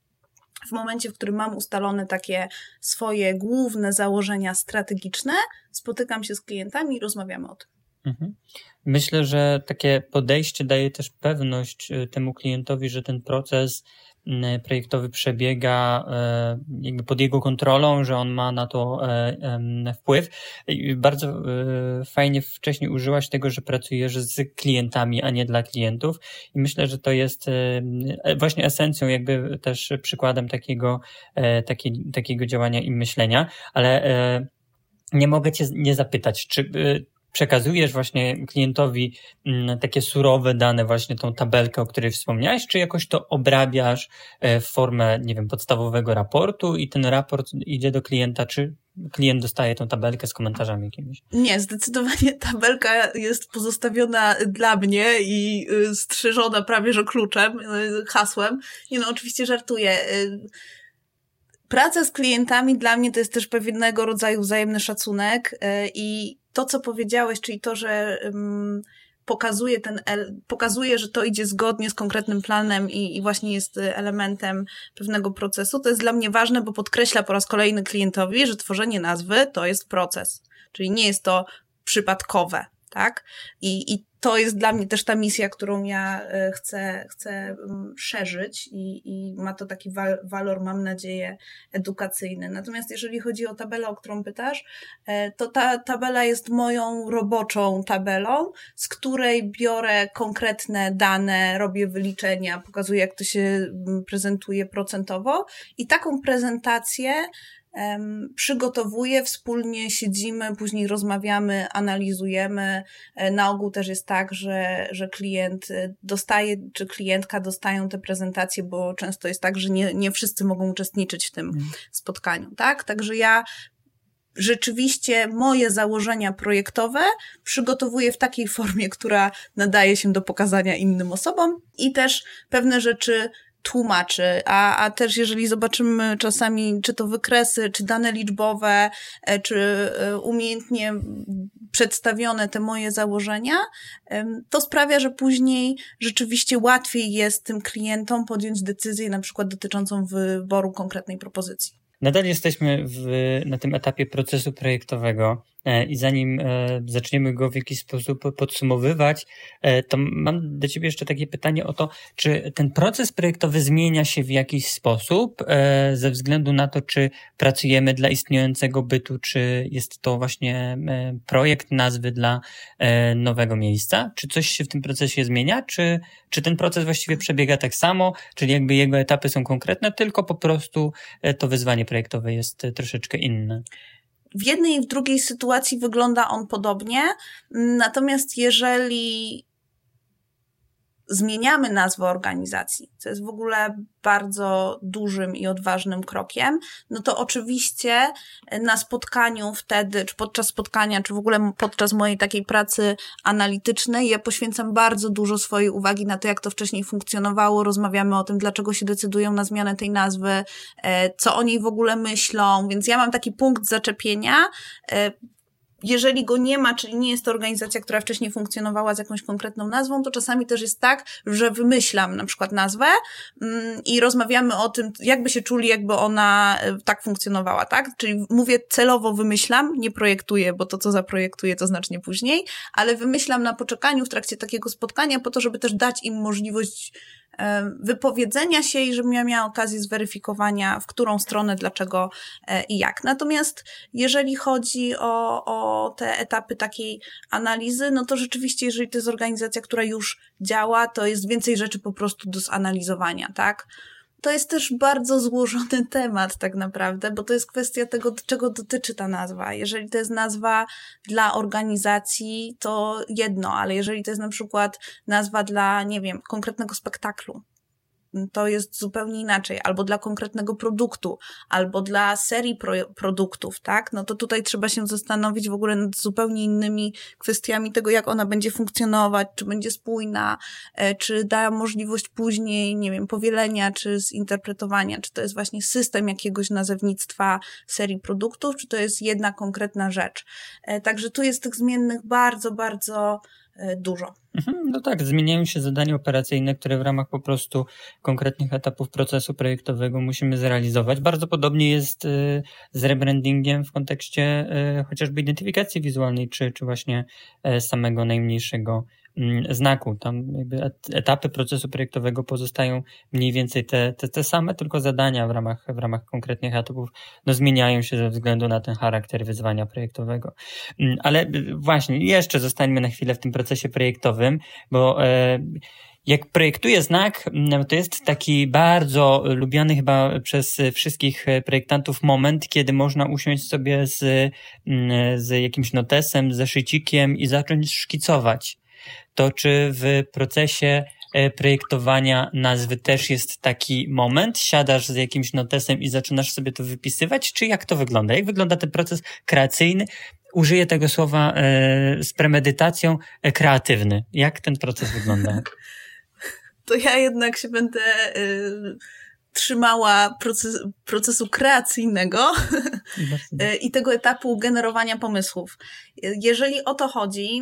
w momencie, w którym mam ustalone takie swoje główne założenia strategiczne, spotykam się z klientami i rozmawiamy o tym. Mhm. Myślę, że takie podejście daje też pewność temu klientowi, że ten proces projektowy przebiega jakby pod jego kontrolą, że on ma na to wpływ. Bardzo fajnie wcześniej użyłaś tego, że pracujesz z klientami, a nie dla klientów i myślę, że to jest właśnie esencją, jakby też przykładem takiego, taki, takiego działania i myślenia, ale nie mogę cię nie zapytać, czy przekazujesz właśnie klientowi takie surowe dane, właśnie tą tabelkę, o której wspomniałeś, czy jakoś to obrabiasz w formę, nie wiem, podstawowego raportu i ten raport idzie do klienta, czy klient dostaje tą tabelkę z komentarzami jakimiś? Nie, zdecydowanie tabelka jest pozostawiona dla mnie i strzeżona prawie że kluczem, hasłem. Nie no, oczywiście żartuję. Praca z klientami dla mnie to jest też pewnego rodzaju wzajemny szacunek i to, co powiedziałeś, czyli to, że um, pokazuje ten, pokazuje, że to idzie zgodnie z konkretnym planem i, i właśnie jest elementem pewnego procesu, to jest dla mnie ważne, bo podkreśla po raz kolejny klientowi, że tworzenie nazwy to jest proces, czyli nie jest to przypadkowe, tak? I, i to jest dla mnie też ta misja, którą ja chcę, chcę szerzyć i, i ma to taki wal, walor, mam nadzieję, edukacyjny. Natomiast jeżeli chodzi o tabelę, o którą pytasz, to ta tabela jest moją roboczą tabelą, z której biorę konkretne dane, robię wyliczenia, pokazuję, jak to się prezentuje procentowo i taką prezentację Um, przygotowuję, wspólnie siedzimy, później rozmawiamy, analizujemy. Na ogół też jest tak, że, że klient dostaje, czy klientka dostają te prezentacje, bo często jest tak, że nie, nie wszyscy mogą uczestniczyć w tym mm. spotkaniu, tak? Także ja rzeczywiście moje założenia projektowe przygotowuję w takiej formie, która nadaje się do pokazania innym osobom i też pewne rzeczy tłumaczy, a, a też jeżeli zobaczymy czasami, czy to wykresy, czy dane liczbowe, czy umiejętnie przedstawione te moje założenia, to sprawia, że później rzeczywiście łatwiej jest tym klientom podjąć decyzję na przykład dotyczącą wyboru konkretnej propozycji. Nadal jesteśmy w, na tym etapie procesu projektowego i zanim zaczniemy go w jakiś sposób podsumowywać, to mam do ciebie jeszcze takie pytanie o to, czy ten proces projektowy zmienia się w jakiś sposób ze względu na to, czy pracujemy dla istniejącego bytu, czy jest to właśnie projekt nazwy dla nowego miejsca? Czy coś się w tym procesie zmienia? Czy, czy ten proces właściwie przebiega tak samo, czyli jakby jego etapy są konkretne, tylko po prostu to wyzwanie projektowe jest troszeczkę inne? W jednej i w drugiej sytuacji wygląda on podobnie, natomiast jeżeli zmieniamy nazwę organizacji, co jest w ogóle bardzo dużym i odważnym krokiem, no to oczywiście na spotkaniu wtedy, czy podczas spotkania, czy w ogóle podczas mojej takiej pracy analitycznej, ja poświęcam bardzo dużo swojej uwagi na to, jak to wcześniej funkcjonowało, rozmawiamy o tym, dlaczego się decydują na zmianę tej nazwy, co o niej w ogóle myślą, więc ja mam taki punkt zaczepienia. jeżeli go nie ma, czyli nie jest to organizacja, która wcześniej funkcjonowała z jakąś konkretną nazwą, to czasami też jest tak, że wymyślam na przykład nazwę mm, i rozmawiamy o tym, jakby się czuli, jakby ona y, tak funkcjonowała, tak? Czyli mówię celowo wymyślam, nie projektuję, bo to, co zaprojektuję, to znacznie później, ale wymyślam na poczekaniu w trakcie takiego spotkania po to, żeby też dać im możliwość wypowiedzenia się i żebym ja miała okazję zweryfikowania, w którą stronę, dlaczego i jak. Natomiast jeżeli chodzi o, o te etapy takiej analizy, no to rzeczywiście, jeżeli to jest organizacja, która już działa, to jest więcej rzeczy po prostu do zanalizowania, tak? To jest też bardzo złożony temat tak naprawdę, bo to jest kwestia tego, czego dotyczy ta nazwa. Jeżeli to jest nazwa dla organizacji, to jedno, ale jeżeli to jest na przykład nazwa dla, nie wiem, konkretnego spektaklu, to jest zupełnie inaczej, albo dla konkretnego produktu, albo dla serii pro- produktów, tak? No to tutaj trzeba się zastanowić w ogóle nad zupełnie innymi kwestiami tego, jak ona będzie funkcjonować, czy będzie spójna, czy da możliwość później, nie wiem, powielenia, czy zinterpretowania, czy to jest właśnie system jakiegoś nazewnictwa serii produktów, czy to jest jedna konkretna rzecz. Także tu jest tych zmiennych bardzo, bardzo dużo. No tak, zmieniają się zadania operacyjne, które w ramach po prostu konkretnych etapów procesu projektowego musimy zrealizować. Bardzo podobnie jest z rebrandingiem w kontekście chociażby identyfikacji wizualnej, czy, czy właśnie samego najmniejszego znaku. Tam jakby etapy procesu projektowego pozostają mniej więcej te, te, te same, tylko zadania w ramach, w ramach konkretnych etapów no, zmieniają się ze względu na ten charakter wyzwania projektowego. Ale właśnie, jeszcze zostańmy na chwilę w tym procesie projektowym, bo e, jak projektuję znak, to jest taki bardzo lubiany chyba przez wszystkich projektantów moment, kiedy można usiąść sobie z, z jakimś notesem, z zeszycikiem i zacząć szkicować. To czy w procesie projektowania nazwy też jest taki moment? Siadasz z jakimś notesem i zaczynasz sobie to wypisywać? Czy jak to wygląda? Jak wygląda ten proces kreacyjny? Użyję tego słowa e, z premedytacją e, kreatywny. Jak ten proces wygląda? To ja jednak się będę y, trzymała proces, procesu kreacyjnego i tego etapu generowania pomysłów. Jeżeli o to chodzi,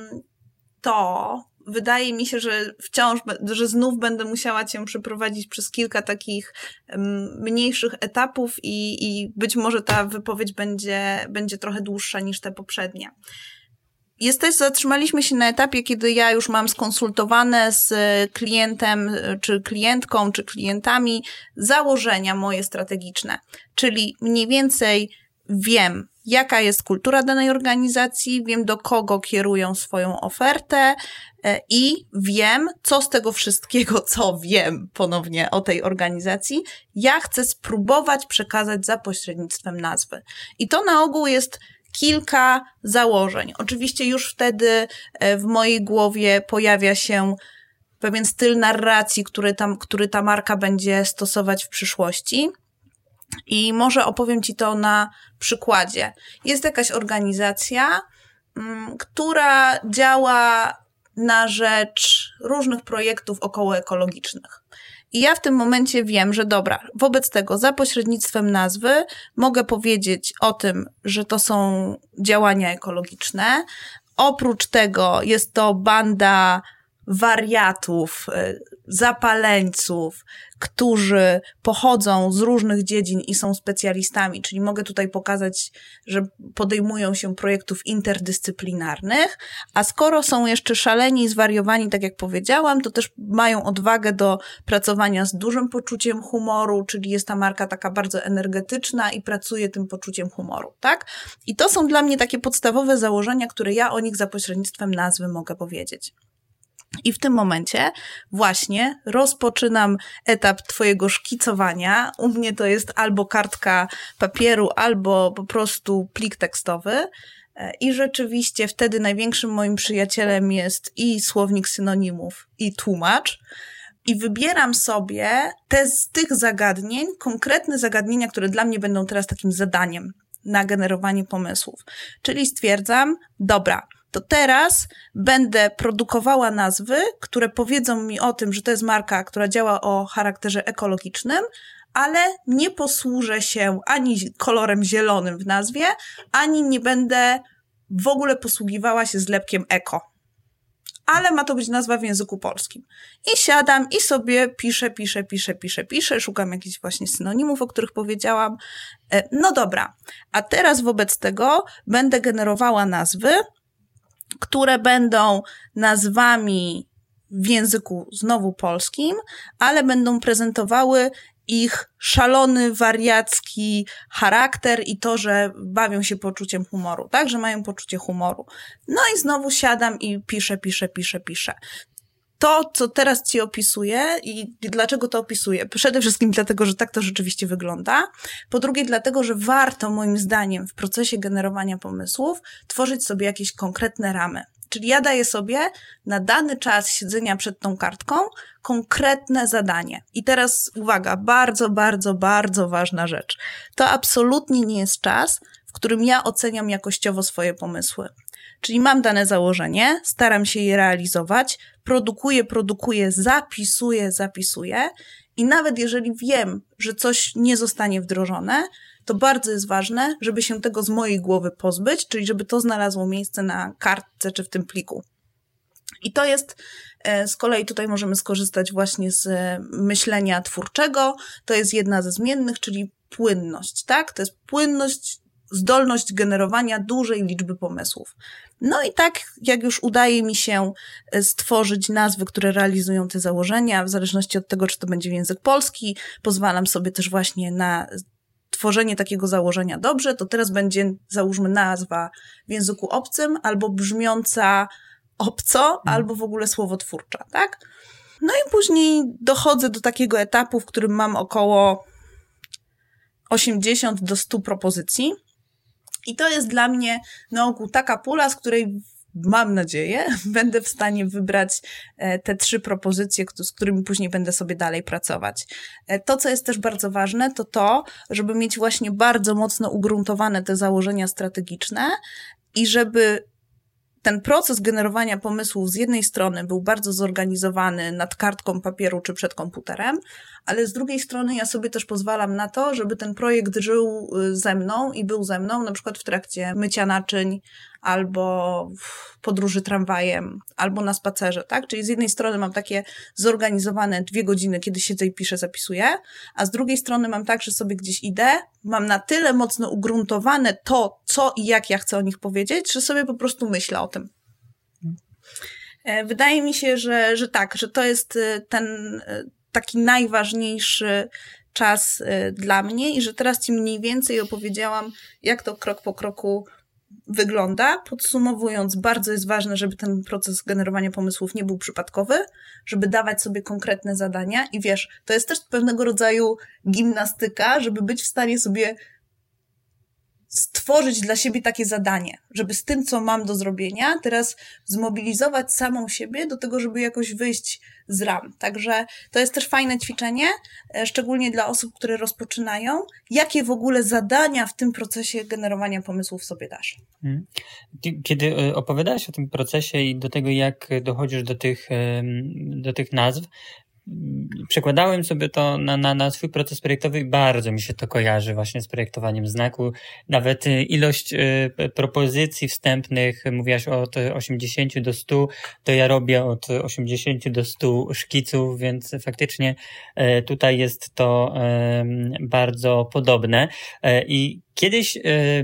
to wydaje mi się, że wciąż, że znów będę musiała cię przeprowadzić przez kilka takich mniejszych etapów i, i być może ta wypowiedź będzie, będzie trochę dłuższa niż te poprzednie. Jesteś, zatrzymaliśmy się na etapie, kiedy ja już mam skonsultowane z klientem, czy klientką, czy klientami założenia moje strategiczne, czyli mniej więcej wiem, jaka jest kultura danej organizacji, wiem, do kogo kierują swoją ofertę i wiem, co z tego wszystkiego, co wiem ponownie o tej organizacji, ja chcę spróbować przekazać za pośrednictwem nazwy. I to na ogół jest kilka założeń. Oczywiście już wtedy w mojej głowie pojawia się pewien styl narracji, który, tam, który ta marka będzie stosować w przyszłości. I może opowiem Ci to na przykładzie. Jest jakaś organizacja, m, która działa na rzecz różnych projektów okołoekologicznych. I ja w tym momencie wiem, że dobra, wobec tego za pośrednictwem nazwy mogę powiedzieć o tym, że to są działania ekologiczne. Oprócz tego jest to banda wariatów, zapaleńców, którzy pochodzą z różnych dziedzin i są specjalistami, czyli mogę tutaj pokazać, że podejmują się projektów interdyscyplinarnych, a skoro są jeszcze szaleni i zwariowani, tak jak powiedziałam, to też mają odwagę do pracowania z dużym poczuciem humoru, czyli jest ta marka taka bardzo energetyczna i pracuje tym poczuciem humoru, tak? I to są dla mnie takie podstawowe założenia, które ja o nich za pośrednictwem nazwy mogę powiedzieć. I w tym momencie właśnie rozpoczynam etap twojego szkicowania. U mnie to jest albo kartka papieru, albo po prostu plik tekstowy. I rzeczywiście wtedy największym moim przyjacielem jest i słownik synonimów, i tłumacz. I wybieram sobie te z tych zagadnień, konkretne zagadnienia, które dla mnie będą teraz takim zadaniem na generowanie pomysłów. Czyli stwierdzam, dobra, to teraz będę produkowała nazwy, które powiedzą mi o tym, że to jest marka, która działa o charakterze ekologicznym, ale nie posłużę się ani kolorem zielonym w nazwie, ani nie będę w ogóle posługiwała się zlepkiem eko. Ale ma to być nazwa w języku polskim. I siadam i sobie piszę, piszę, piszę, piszę, piszę, szukam jakichś właśnie synonimów, o których powiedziałam. No dobra, a teraz wobec tego będę generowała nazwy, które będą nazwami w języku znowu polskim, ale będą prezentowały ich szalony, wariacki charakter i to, że bawią się poczuciem humoru, tak? Że mają poczucie humoru. No i znowu siadam i piszę, piszę, piszę, piszę. To, co teraz ci opisuję i dlaczego to opisuję? Przede wszystkim dlatego, że tak to rzeczywiście wygląda. Po drugie, dlatego, że warto moim zdaniem w procesie generowania pomysłów tworzyć sobie jakieś konkretne ramy. Czyli ja daję sobie na dany czas siedzenia przed tą kartką konkretne zadanie. I teraz uwaga, bardzo, bardzo, bardzo ważna rzecz. To absolutnie nie jest czas, w którym ja oceniam jakościowo swoje pomysły. Czyli mam dane założenie, staram się je realizować, produkuję, produkuję, zapisuję, zapisuję i nawet jeżeli wiem, że coś nie zostanie wdrożone, to bardzo jest ważne, żeby się tego z mojej głowy pozbyć, czyli żeby to znalazło miejsce na kartce czy w tym pliku. I to jest, z kolei tutaj możemy skorzystać właśnie z myślenia twórczego, to jest jedna ze zmiennych, czyli płynność, tak? To jest płynność, zdolność generowania dużej liczby pomysłów. No i tak, jak już udaje mi się stworzyć nazwy, które realizują te założenia, w zależności od tego, czy to będzie język polski, pozwalam sobie też właśnie na tworzenie takiego założenia dobrze, to teraz będzie, załóżmy, nazwa w języku obcym albo brzmiąca obco, hmm. albo w ogóle słowotwórcza, tak? No i później dochodzę do takiego etapu, w którym mam około osiemdziesiąt do stu propozycji i to jest dla mnie na ogół taka pula, z której mam nadzieję, będę w stanie wybrać te trzy propozycje, z którymi później będę sobie dalej pracować. To, co jest też bardzo ważne, to to, żeby mieć właśnie bardzo mocno ugruntowane te założenia strategiczne i żeby ten proces generowania pomysłów z jednej strony był bardzo zorganizowany nad kartką papieru czy przed komputerem, ale z drugiej strony ja sobie też pozwalam na to, żeby ten projekt żył ze mną i był ze mną na przykład w trakcie mycia naczyń albo w podróży tramwajem, albo na spacerze, tak? Czyli z jednej strony mam takie zorganizowane dwie godziny, kiedy siedzę i piszę, zapisuję, a z drugiej strony mam tak, że sobie gdzieś idę, mam na tyle mocno ugruntowane to, co i jak ja chcę o nich powiedzieć, że sobie po prostu myślę o tym. Wydaje mi się, że, że tak, że to jest ten taki najważniejszy czas dla mnie i że teraz ci mniej więcej opowiedziałam, jak to krok po kroku wygląda. Podsumowując, bardzo jest ważne, żeby ten proces generowania pomysłów nie był przypadkowy, żeby dawać sobie konkretne zadania i wiesz, to jest też pewnego rodzaju gimnastyka, żeby być w stanie sobie stworzyć dla siebie takie zadanie, żeby z tym, co mam do zrobienia, teraz zmobilizować samą siebie do tego, żeby jakoś wyjść z ram. Także to jest też fajne ćwiczenie, szczególnie dla osób, które rozpoczynają. Jakie w ogóle zadania w tym procesie generowania pomysłów sobie dasz? Kiedy opowiadałaś o tym procesie i do tego, jak dochodzisz do tych, do tych nazw, przekładałem sobie to na, na, na swój proces projektowy i bardzo mi się to kojarzy właśnie z projektowaniem znaku. Nawet ilość y, propozycji wstępnych, mówiłaś od osiemdziesięciu do stu, to ja robię od osiemdziesięciu do stu szkiców, więc faktycznie y, tutaj jest to y, bardzo podobne. Y, I kiedyś y,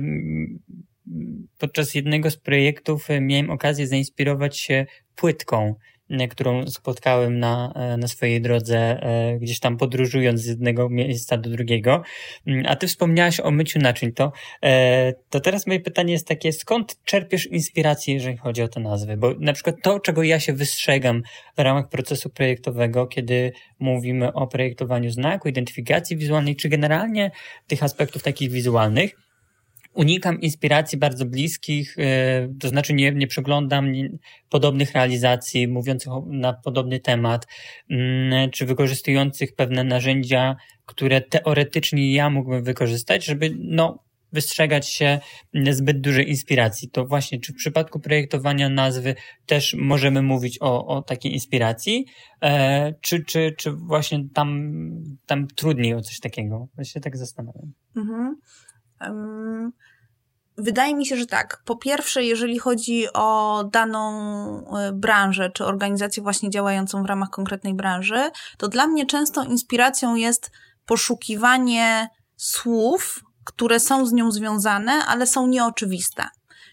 podczas jednego z projektów miałem okazję zainspirować się płytką, którą spotkałem na, na swojej drodze, gdzieś tam podróżując z jednego miejsca do drugiego. A ty wspomniałaś o myciu naczyń. To, to teraz moje pytanie jest takie, skąd czerpiesz inspirację, jeżeli chodzi o te nazwy? Bo na przykład to, czego ja się wystrzegam w ramach procesu projektowego, kiedy mówimy o projektowaniu znaku, identyfikacji wizualnej, czy generalnie tych aspektów takich wizualnych, unikam inspiracji bardzo bliskich, to znaczy nie, nie przeglądam podobnych realizacji mówiących na podobny temat, czy wykorzystujących pewne narzędzia, które teoretycznie ja mógłbym wykorzystać, żeby no, wystrzegać się zbyt dużej inspiracji. To właśnie, czy w przypadku projektowania nazwy też możemy mówić o, o takiej inspiracji, e, czy, czy, czy właśnie tam, tam trudniej o coś takiego? Ja się tak zastanawiam. Mhm. Um, Wydaje mi się, że tak. Po pierwsze, jeżeli chodzi o daną branżę, czy organizację właśnie działającą w ramach konkretnej branży, to dla mnie często inspiracją jest poszukiwanie słów, które są z nią związane, ale są nieoczywiste.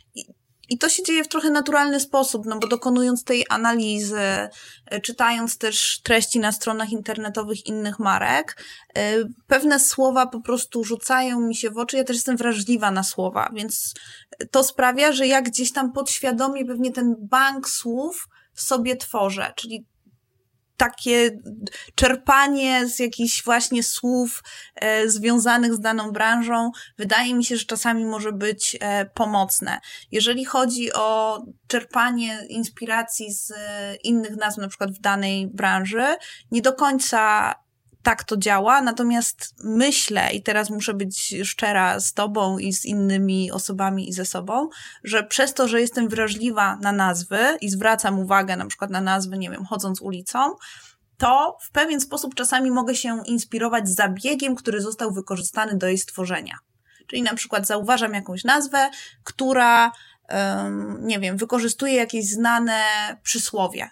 I to się dzieje w trochę naturalny sposób, no bo dokonując tej analizy, czytając też treści na stronach internetowych innych marek, pewne słowa po prostu rzucają mi się w oczy. Ja też jestem wrażliwa na słowa, więc to sprawia, że ja gdzieś tam podświadomie pewnie ten bank słów sobie tworzę, czyli takie czerpanie z jakichś właśnie słów e, związanych z daną branżą, wydaje mi się, że czasami może być e, pomocne. Jeżeli chodzi o czerpanie inspiracji z e, innych nazw, na przykład w danej branży, nie do końca tak to działa, natomiast myślę, i teraz muszę być szczera z tobą i z innymi osobami i ze sobą, że przez to, że jestem wrażliwa na nazwy i zwracam uwagę na przykład na nazwy, nie wiem, chodząc ulicą, to w pewien sposób czasami mogę się inspirować zabiegiem, który został wykorzystany do jej stworzenia. Czyli na przykład zauważam jakąś nazwę, która, um, nie wiem, wykorzystuje jakieś znane przysłowie.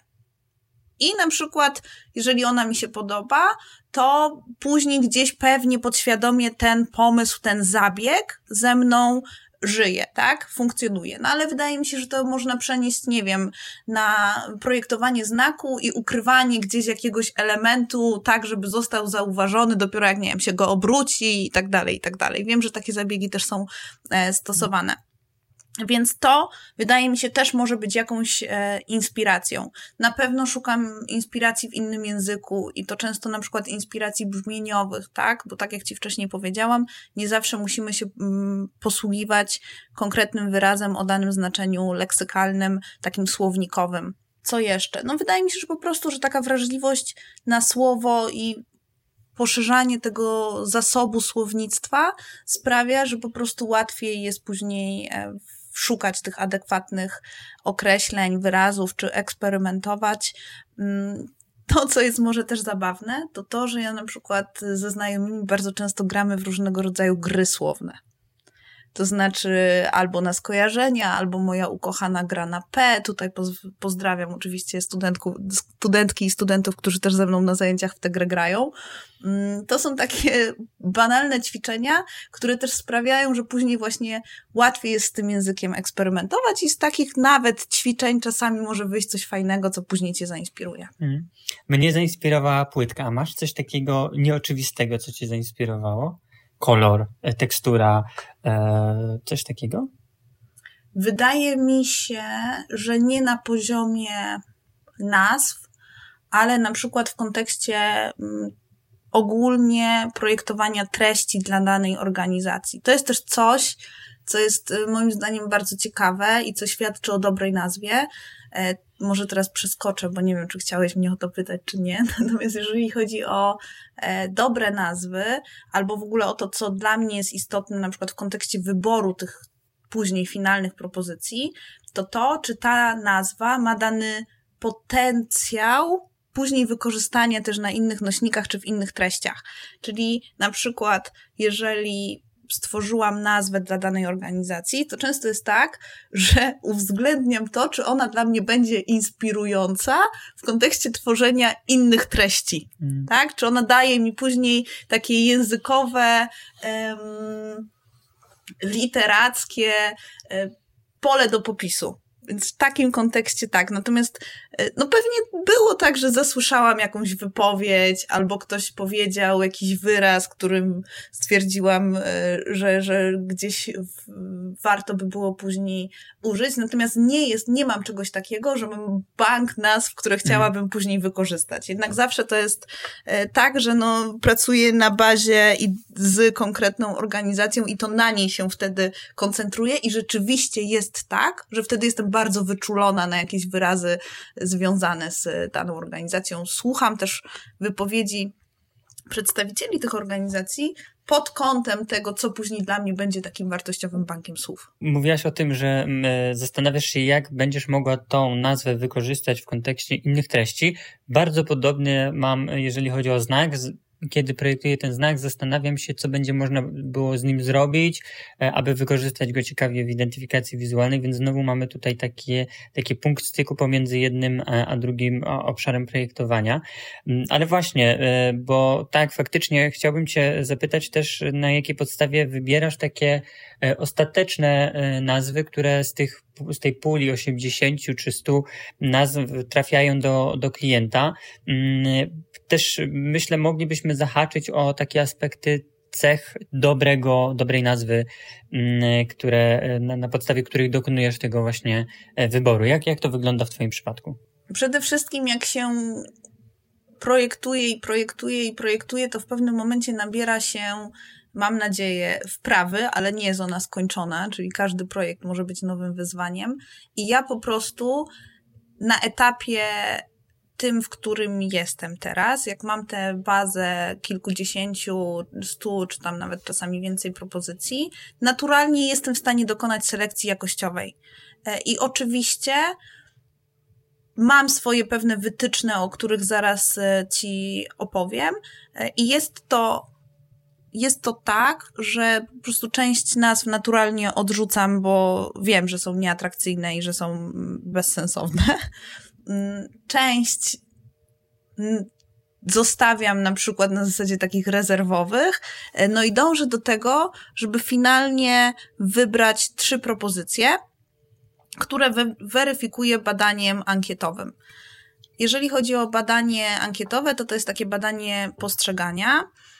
I na przykład, jeżeli ona mi się podoba, to później gdzieś pewnie podświadomie ten pomysł, ten zabieg ze mną żyje, tak? Funkcjonuje. No ale wydaje mi się, że to można przenieść, nie wiem, na projektowanie znaku i ukrywanie gdzieś jakiegoś elementu tak, żeby został zauważony dopiero jak, nie wiem, się go obróci i tak dalej, i tak dalej. Wiem, że takie zabiegi też są e, stosowane. Więc to, wydaje mi się, też może być jakąś e, inspiracją. Na pewno szukam inspiracji w innym języku i to często na przykład inspiracji brzmieniowych, tak? Bo tak jak ci wcześniej powiedziałam, nie zawsze musimy się mm, posługiwać konkretnym wyrazem o danym znaczeniu leksykalnym, takim słownikowym. Co jeszcze? No wydaje mi się, że po prostu, że taka wrażliwość na słowo i poszerzanie tego zasobu słownictwa sprawia, że po prostu łatwiej jest później e, szukać tych adekwatnych określeń, wyrazów, czy eksperymentować. To, co jest może też zabawne, to to, że ja na przykład ze znajomymi bardzo często gramy w różnego rodzaju gry słowne. To znaczy albo na skojarzenia, albo moja ukochana gra na P. Tutaj pozdrawiam oczywiście studentków, studentki i studentów, którzy też ze mną na zajęciach w tę grę grają. To są takie banalne ćwiczenia, które też sprawiają, że później właśnie łatwiej jest z tym językiem eksperymentować i z takich nawet ćwiczeń czasami może wyjść coś fajnego, co później cię zainspiruje. Mm. Mnie zainspirowała płytka. A masz coś takiego nieoczywistego, co cię zainspirowało? Kolor, tekstura, e, coś takiego? Wydaje mi się, że nie na poziomie nazw, ale na przykład w kontekście mm, ogólnie projektowania treści dla danej organizacji. To jest też coś, co jest moim zdaniem bardzo ciekawe i co świadczy o dobrej nazwie. E, może teraz przeskoczę, bo nie wiem, czy chciałeś mnie o to pytać, czy nie. Natomiast jeżeli chodzi o e, dobre nazwy, albo w ogóle o to, co dla mnie jest istotne, na przykład w kontekście wyboru tych później finalnych propozycji, to to, czy ta nazwa ma dany potencjał później wykorzystania też na innych nośnikach, czy w innych treściach. Czyli na przykład, jeżeli stworzyłam nazwę dla danej organizacji, to często jest tak, że uwzględniam to, czy ona dla mnie będzie inspirująca w kontekście tworzenia innych treści, mm. tak? Czy ona daje mi później takie językowe, um, literackie um, pole do popisu. Więc w takim kontekście tak. Natomiast no pewnie było tak, że zasłyszałam jakąś wypowiedź albo ktoś powiedział jakiś wyraz, którym stwierdziłam, że, że gdzieś warto by było później użyć. Natomiast nie jest, nie mam czegoś takiego, że mam bank nazw, które chciałabym hmm. później wykorzystać. Jednak zawsze to jest tak, że no pracuję na bazie i z konkretną organizacją i to na niej się wtedy koncentruję i rzeczywiście jest tak, że wtedy jestem bardzo wyczulona na jakieś wyrazy związane z daną organizacją. Słucham też wypowiedzi przedstawicieli tych organizacji pod kątem tego, co później dla mnie będzie takim wartościowym bankiem słów. Mówiłaś o tym, że zastanawiasz się, jak będziesz mogła tą nazwę wykorzystać w kontekście innych treści. Bardzo podobnie mam, jeżeli chodzi o znak. kiedy projektuję ten znak, zastanawiam się, co będzie można było z nim zrobić, aby wykorzystać go ciekawie w identyfikacji wizualnej, więc znowu mamy tutaj takie, taki punkt styku pomiędzy jednym a drugim obszarem projektowania. Ale właśnie, bo tak, faktycznie chciałbym Cię zapytać też, na jakiej podstawie wybierasz takie ostateczne nazwy, które z tych z tej puli osiemdziesięciu czy stu nazw trafiają do, do klienta. Też myślę, moglibyśmy zahaczyć o takie aspekty cech dobrego, dobrej nazwy, które, na, na podstawie których dokonujesz tego właśnie wyboru. Jak, jak to wygląda w Twoim przypadku? Przede wszystkim jak się projektuje i projektuje i projektuje, to w pewnym momencie nabiera się, mam nadzieję, wprawy, ale nie jest ona skończona, czyli każdy projekt może być nowym wyzwaniem. I ja po prostu na etapie tym, w którym jestem teraz, jak mam tę bazę kilkudziesięciu, stu, czy tam nawet czasami więcej propozycji, naturalnie jestem w stanie dokonać selekcji jakościowej. I oczywiście mam swoje pewne wytyczne, o których zaraz Ci opowiem. I jest to Jest to tak, że po prostu część nazw naturalnie odrzucam, bo wiem, że są nieatrakcyjne i że są bezsensowne. Część zostawiam na przykład na zasadzie takich rezerwowych. No i dążę do tego, żeby finalnie wybrać trzy propozycje, które weryfikuję badaniem ankietowym. Jeżeli chodzi o badanie ankietowe, to to jest takie badanie postrzegania.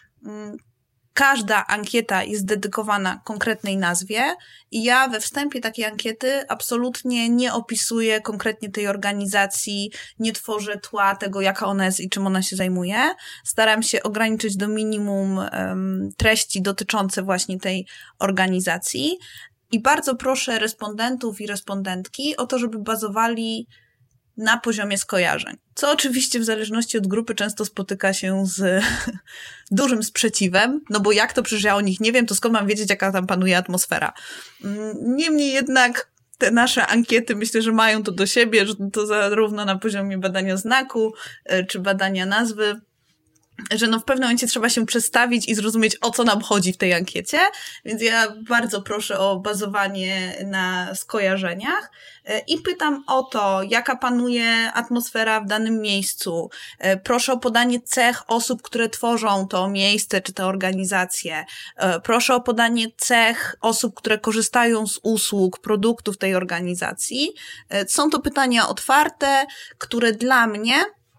Każda ankieta jest dedykowana konkretnej nazwie i ja we wstępie takiej ankiety absolutnie nie opisuję konkretnie tej organizacji, nie tworzę tła tego, jaka ona jest i czym ona się zajmuje. Staram się ograniczyć do minimum um, treści dotyczące właśnie tej organizacji i bardzo proszę respondentów i respondentki o to, żeby bazowali na poziomie skojarzeń. Co oczywiście w zależności od grupy często spotyka się z dużym sprzeciwem, no bo jak to przecież ja o nich nie wiem, to skąd mam wiedzieć, jaka tam panuje atmosfera. Niemniej jednak te nasze ankiety myślę, że mają to do siebie, że to zarówno na poziomie badania znaku, czy badania nazwy, że no w pewnym momencie trzeba się przestawić i zrozumieć, o co nam chodzi w tej ankiecie, więc ja bardzo proszę o bazowanie na skojarzeniach i pytam o to, jaka panuje atmosfera w danym miejscu. Proszę o podanie cech osób, które tworzą to miejsce czy tę organizację. Proszę o podanie cech osób, które korzystają z usług, produktów tej organizacji. Są to pytania otwarte, które dla mnie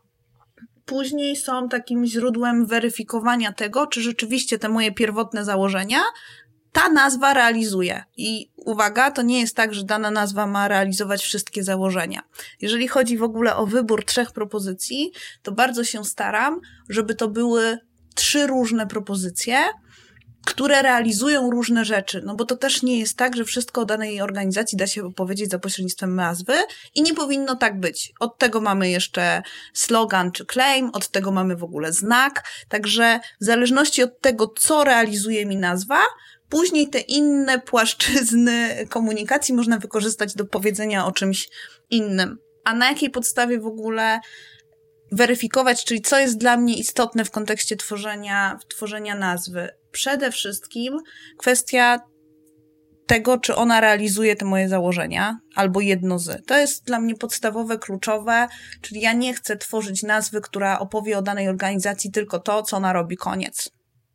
później są takim źródłem weryfikowania tego, czy rzeczywiście te moje pierwotne założenia ta nazwa realizuje. I uwaga, to nie jest tak, że dana nazwa ma realizować wszystkie założenia. Jeżeli chodzi w ogóle o wybór trzech propozycji, to bardzo się staram, żeby to były trzy różne propozycje, które realizują różne rzeczy, no bo to też nie jest tak, że wszystko o danej organizacji da się opowiedzieć za pośrednictwem nazwy i nie powinno tak być. Od tego mamy jeszcze slogan czy claim, od tego mamy w ogóle znak, także w zależności od tego, co realizuje mi nazwa, później te inne płaszczyzny komunikacji można wykorzystać do powiedzenia o czymś innym. A na jakiej podstawie w ogóle weryfikować, czyli co jest dla mnie istotne w kontekście tworzenia, tworzenia nazwy? Przede wszystkim kwestia tego, czy ona realizuje te moje założenia, albo jedno z. To jest dla mnie podstawowe, kluczowe, czyli ja nie chcę tworzyć nazwy, która opowie o danej organizacji tylko to, co ona robi, koniec.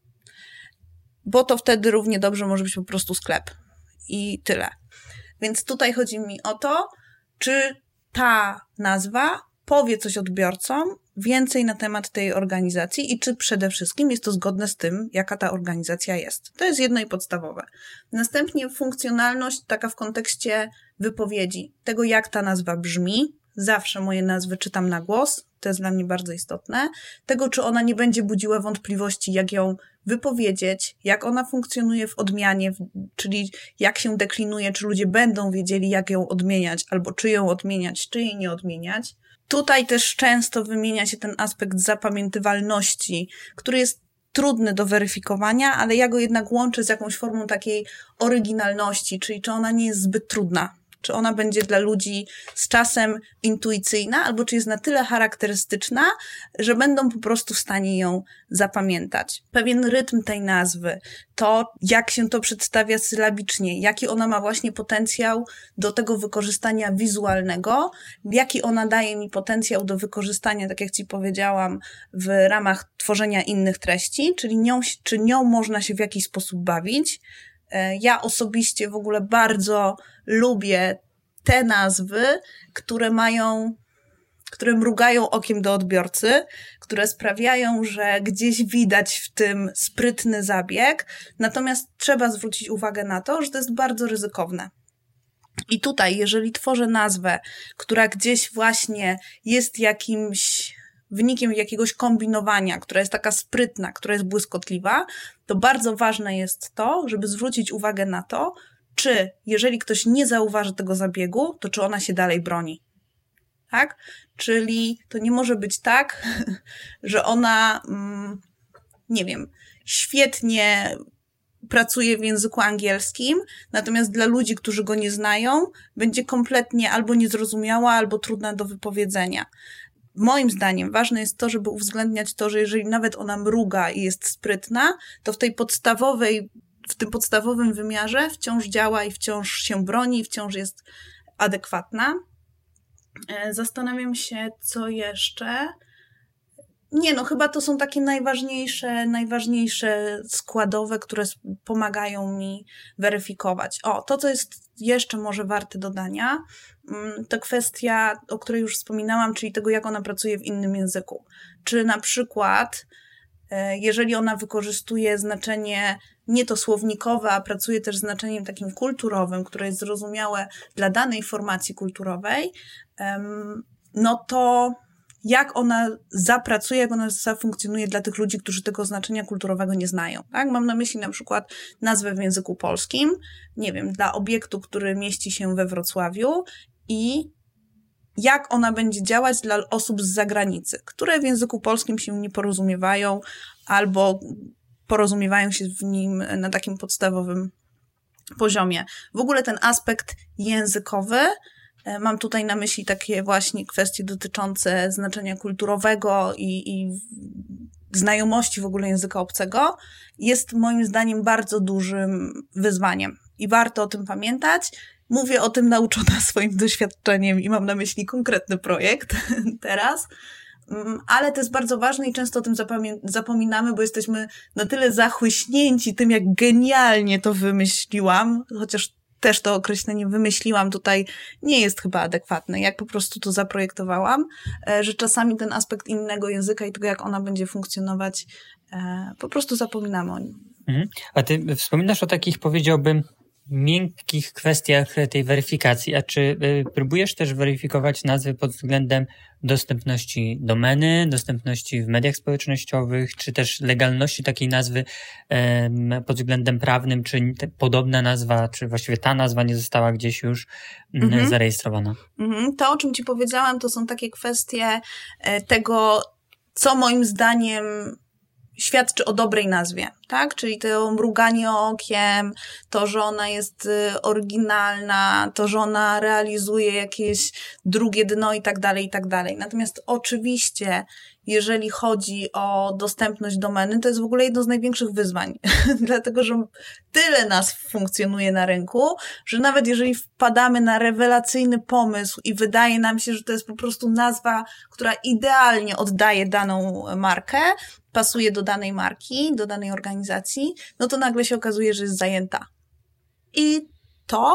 Bo to wtedy równie dobrze może być po prostu sklep. I tyle. Więc tutaj chodzi mi o to, czy ta nazwa powie coś odbiorcom więcej na temat tej organizacji i czy przede wszystkim jest to zgodne z tym, jaka ta organizacja jest. To jest jedno i podstawowe. Następnie funkcjonalność taka w kontekście wypowiedzi, tego jak ta nazwa brzmi. Zawsze moje nazwy czytam na głos, to jest dla mnie bardzo istotne. Tego, czy ona nie będzie budziła wątpliwości, jak ją wypowiedzieć, jak ona funkcjonuje w odmianie, czyli jak się deklinuje, czy ludzie będą wiedzieli, jak ją odmieniać, albo czy ją odmieniać, czy jej nie odmieniać. Tutaj też często wymienia się ten aspekt zapamiętywalności, który jest trudny do weryfikowania, ale ja go jednak łączę z jakąś formą takiej oryginalności, czyli czy ona nie jest zbyt trudna. Czy ona będzie dla ludzi z czasem intuicyjna, albo czy jest na tyle charakterystyczna, że będą po prostu w stanie ją zapamiętać. Pewien rytm tej nazwy, to jak się to przedstawia sylabicznie, jaki ona ma właśnie potencjał do tego wykorzystania wizualnego, jaki ona daje mi potencjał do wykorzystania, tak jak Ci powiedziałam, w ramach tworzenia innych treści, czyli nią, czy nią można się w jakiś sposób bawić. Ja osobiście w ogóle bardzo lubię te nazwy, które mają, które mrugają okiem do odbiorcy, które sprawiają, że gdzieś widać w tym sprytny zabieg, natomiast trzeba zwrócić uwagę na to, że to jest bardzo ryzykowne. I tutaj, jeżeli tworzę nazwę, która gdzieś właśnie jest jakimś wynikiem jakiegoś kombinowania, która jest taka sprytna, która jest błyskotliwa, to bardzo ważne jest to, żeby zwrócić uwagę na to, czy jeżeli ktoś nie zauważy tego zabiegu, to czy ona się dalej broni. Tak? Czyli to nie może być tak, że ona, nie wiem, świetnie pracuje w języku angielskim, natomiast dla ludzi, którzy go nie znają, będzie kompletnie albo niezrozumiała, albo trudna do wypowiedzenia. Moim zdaniem ważne jest to, żeby uwzględniać to, że jeżeli nawet ona mruga i jest sprytna, to w tej podstawowej, w tym podstawowym wymiarze wciąż działa i wciąż się broni, i wciąż jest adekwatna. Zastanawiam się, co jeszcze. Nie, no chyba to są takie najważniejsze, najważniejsze składowe, które pomagają mi weryfikować. O, to, co jest jeszcze może warte dodania, to kwestia, o której już wspominałam, czyli tego, jak ona pracuje w innym języku. Czy na przykład, jeżeli ona wykorzystuje znaczenie nie to słownikowe, a pracuje też znaczeniem takim kulturowym, które jest zrozumiałe dla danej formacji kulturowej, no to jak ona zapracuje, jak ona zafunkcjonuje dla tych ludzi, którzy tego znaczenia kulturowego nie znają. Tak? Mam na myśli na przykład nazwę w języku polskim, nie wiem, dla obiektu, który mieści się we Wrocławiu i jak ona będzie działać dla osób z zagranicy, które w języku polskim się nie porozumiewają albo porozumiewają się w nim na takim podstawowym poziomie. W ogóle ten aspekt językowy, mam tutaj na myśli takie właśnie kwestie dotyczące znaczenia kulturowego i, i znajomości w ogóle języka obcego, jest moim zdaniem bardzo dużym wyzwaniem i warto o tym pamiętać. Mówię o tym nauczona swoim doświadczeniem i mam na myśli konkretny projekt teraz, ale to jest bardzo ważne i często o tym zapominamy, bo jesteśmy na tyle zachłyśnięci tym, jak genialnie to wymyśliłam, chociaż też to określenie wymyśliłam tutaj nie jest chyba adekwatne, jak po prostu to zaprojektowałam, że czasami ten aspekt innego języka i tego, jak ona będzie funkcjonować, po prostu zapominamy o nim. Mhm. A ty wspominasz o takich, powiedziałbym, miękkich kwestiach tej weryfikacji, a czy y, próbujesz też weryfikować nazwy pod względem dostępności domeny, dostępności w mediach społecznościowych, czy też legalności takiej nazwy y, pod względem prawnym, czy te, podobna nazwa, czy właściwie ta nazwa nie została gdzieś już y, mm-hmm. zarejestrowana? Mm-hmm. To, o czym ci powiedziałam, to są takie kwestie y, tego, co moim zdaniem świadczy o dobrej nazwie, tak? Czyli to mruganie okiem, to, że ona jest oryginalna, to, że ona realizuje jakieś drugie dno i tak dalej, i tak dalej. Natomiast oczywiście, jeżeli chodzi o dostępność domeny, to jest w ogóle jedno z największych wyzwań, dlatego, że tyle nazw funkcjonuje na rynku, że nawet jeżeli wpadamy na rewelacyjny pomysł i wydaje nam się, że to jest po prostu nazwa, która idealnie oddaje daną markę, pasuje do danej marki, do danej organizacji, no to nagle się okazuje, że jest zajęta. I to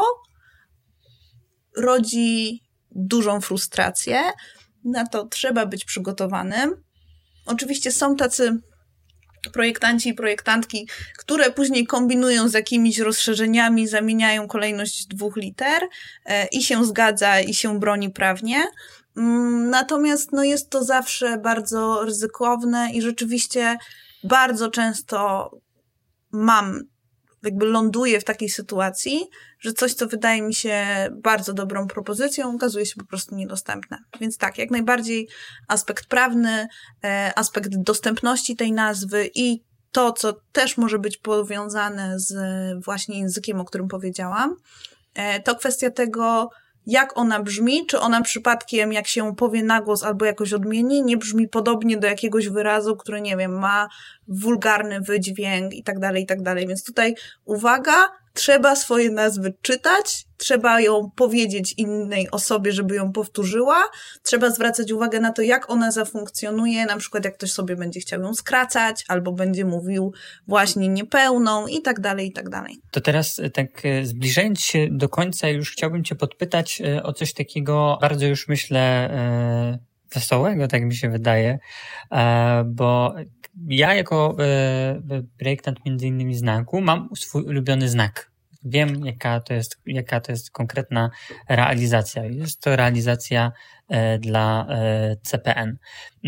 rodzi dużą frustrację. Na to trzeba być przygotowanym. Oczywiście są tacy projektanci i projektantki, które później kombinują z jakimiś rozszerzeniami, zamieniają kolejność dwóch liter i się zgadza i się broni prawnie. Natomiast no, jest to zawsze bardzo ryzykowne i rzeczywiście bardzo często mam, jakby ląduję w takiej sytuacji, że coś, co wydaje mi się bardzo dobrą propozycją, okazuje się po prostu niedostępne. Więc tak, jak najbardziej aspekt prawny, aspekt dostępności tej nazwy i to, co też może być powiązane z właśnie językiem, o którym powiedziałam, to kwestia tego, jak ona brzmi, czy ona przypadkiem, jak się powie na głos albo jakoś odmieni, nie brzmi podobnie do jakiegoś wyrazu, który, nie wiem, ma wulgarny wydźwięk i tak dalej, i tak dalej. Więc tutaj uwaga, trzeba swoje nazwy czytać, trzeba ją powiedzieć innej osobie, żeby ją powtórzyła, trzeba zwracać uwagę na to, jak ona zafunkcjonuje, na przykład jak ktoś sobie będzie chciał ją skracać, albo będzie mówił właśnie niepełną i tak dalej, i tak dalej. To teraz tak zbliżając się do końca już chciałbym cię podpytać o coś takiego bardzo już myślę wesołego, tak mi się wydaje, bo ja jako projektant między innymi znaku mam swój ulubiony znak. Wiem, jaka to jest, jaka to jest konkretna realizacja. Jest to realizacja dla C P N.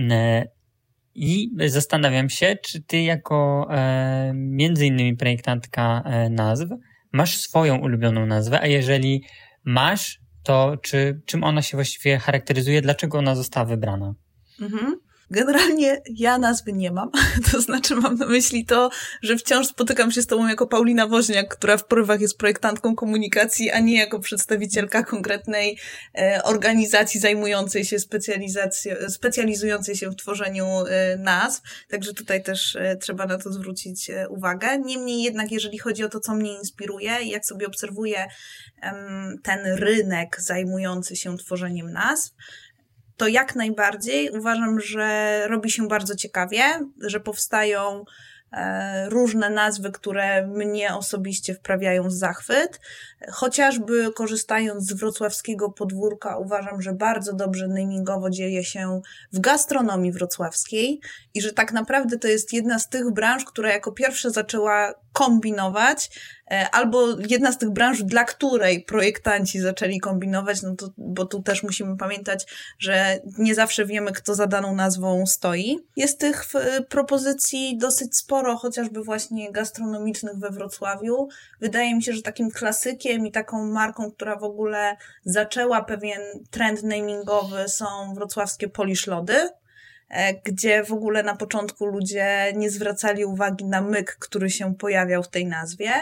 I zastanawiam się, czy ty jako między innymi projektantka nazw masz swoją ulubioną nazwę, a jeżeli masz, to czy, czym ona się właściwie charakteryzuje, dlaczego ona została wybrana? Mhm. Generalnie ja nazwy nie mam, to znaczy mam na myśli to, że wciąż spotykam się z tobą jako Paulina Woźniak, która w porywach jest projektantką komunikacji, a nie jako przedstawicielka konkretnej e, organizacji zajmującej się specjalizacją, specjalizującej się w tworzeniu e, nazw, także tutaj też e, trzeba na to zwrócić e, uwagę. Niemniej jednak, jeżeli chodzi o to, co mnie inspiruje i jak sobie obserwuję em, ten rynek zajmujący się tworzeniem nazw, to jak najbardziej uważam, że robi się bardzo ciekawie, że powstają e, różne nazwy, które mnie osobiście wprawiają w zachwyt. Chociażby korzystając z wrocławskiego podwórka, uważam, że bardzo dobrze namingowo dzieje się w gastronomii wrocławskiej i że tak naprawdę to jest jedna z tych branż, która jako pierwsza zaczęła kombinować, albo jedna z tych branż, dla której projektanci zaczęli kombinować, no to, bo tu też musimy pamiętać, że nie zawsze wiemy, kto za daną nazwą stoi. Jest tych propozycji dosyć sporo, chociażby właśnie gastronomicznych we Wrocławiu. Wydaje mi się, że takim klasykiem i taką marką, która w ogóle zaczęła pewien trend namingowy, są wrocławskie Polish Lody, gdzie w ogóle na początku ludzie nie zwracali uwagi na myk, który się pojawiał w tej nazwie.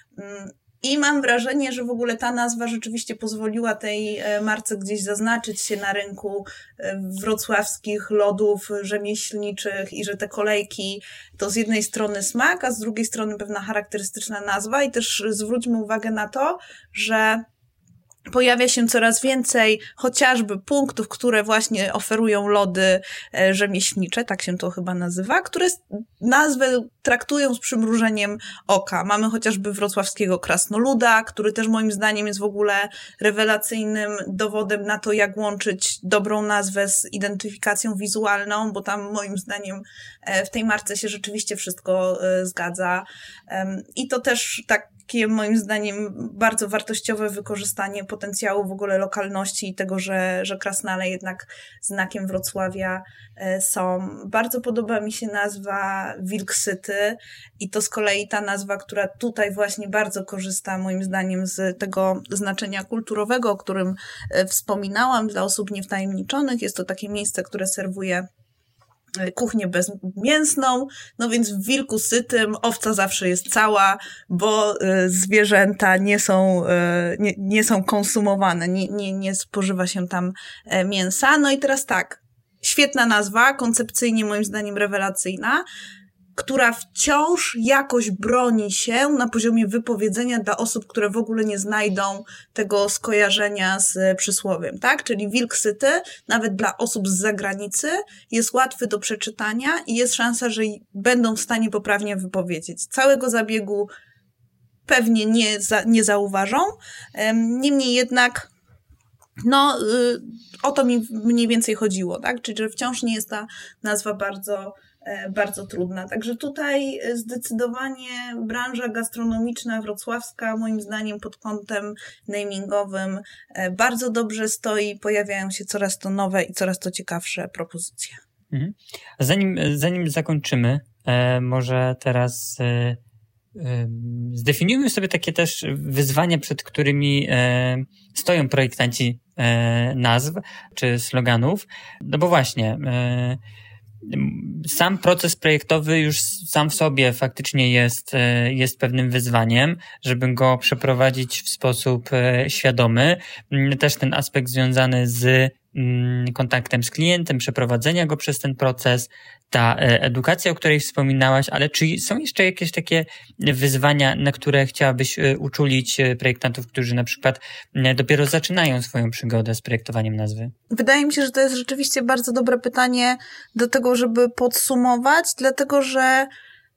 I mam wrażenie, że w ogóle ta nazwa rzeczywiście pozwoliła tej marce gdzieś zaznaczyć się na rynku wrocławskich lodów rzemieślniczych i że te kolejki to z jednej strony smak, a z drugiej strony pewna charakterystyczna nazwa. I też zwróćmy uwagę na to, że pojawia się coraz więcej chociażby punktów, które właśnie oferują lody rzemieślnicze, tak się to chyba nazywa, które nazwę traktują z przymrużeniem oka. Mamy chociażby wrocławskiego Krasnoluda, który też moim zdaniem jest w ogóle rewelacyjnym dowodem na to, jak łączyć dobrą nazwę z identyfikacją wizualną, bo tam moim zdaniem w tej marce się rzeczywiście wszystko zgadza. I to też tak takie moim zdaniem bardzo wartościowe wykorzystanie potencjału w ogóle lokalności i tego, że, że Krasnale jednak znakiem Wrocławia są. Bardzo podoba mi się nazwa Wilksyty i to z kolei ta nazwa, która tutaj właśnie bardzo korzysta moim zdaniem z tego znaczenia kulturowego, o którym wspominałam dla osób niewtajemniczonych. Jest to takie miejsce, które serwuje kuchnię bezmięsną, no więc w Wilku Sytym owca zawsze jest cała, bo y, zwierzęta nie są, y, nie, nie są konsumowane, nie, nie, nie spożywa się tam y, mięsa. No i teraz tak, świetna nazwa, koncepcyjnie moim zdaniem rewelacyjna, która wciąż jakoś broni się na poziomie wypowiedzenia dla osób, które w ogóle nie znajdą tego skojarzenia z przysłowiem, tak? Czyli Wilk Syty, nawet dla osób z zagranicy, jest łatwy do przeczytania i jest szansa, że będą w stanie poprawnie wypowiedzieć. Całego zabiegu pewnie nie, za, nie zauważą, niemniej jednak no, o to mi mniej więcej chodziło, tak? Czyli, że wciąż nie jest ta nazwa bardzo bardzo trudna. Także tutaj zdecydowanie branża gastronomiczna wrocławska moim zdaniem pod kątem namingowym bardzo dobrze stoi. Pojawiają się coraz to nowe i coraz to ciekawsze propozycje. Mhm. Zanim, zanim zakończymy, e, może teraz e, e, zdefiniujmy sobie takie też wyzwania, przed którymi e, stoją projektanci e, nazw czy sloganów. No bo właśnie e, sam proces projektowy już sam w sobie faktycznie jest, jest pewnym wyzwaniem, żeby go przeprowadzić w sposób świadomy. Też ten aspekt związany z kontaktem z klientem, przeprowadzenia go przez ten proces, ta edukacja, o której wspominałaś, ale czy są jeszcze jakieś takie wyzwania, na które chciałabyś uczulić projektantów, którzy na przykład dopiero zaczynają swoją przygodę z projektowaniem nazwy? Wydaje mi się, że to jest rzeczywiście bardzo dobre pytanie do tego, żeby podsumować, dlatego że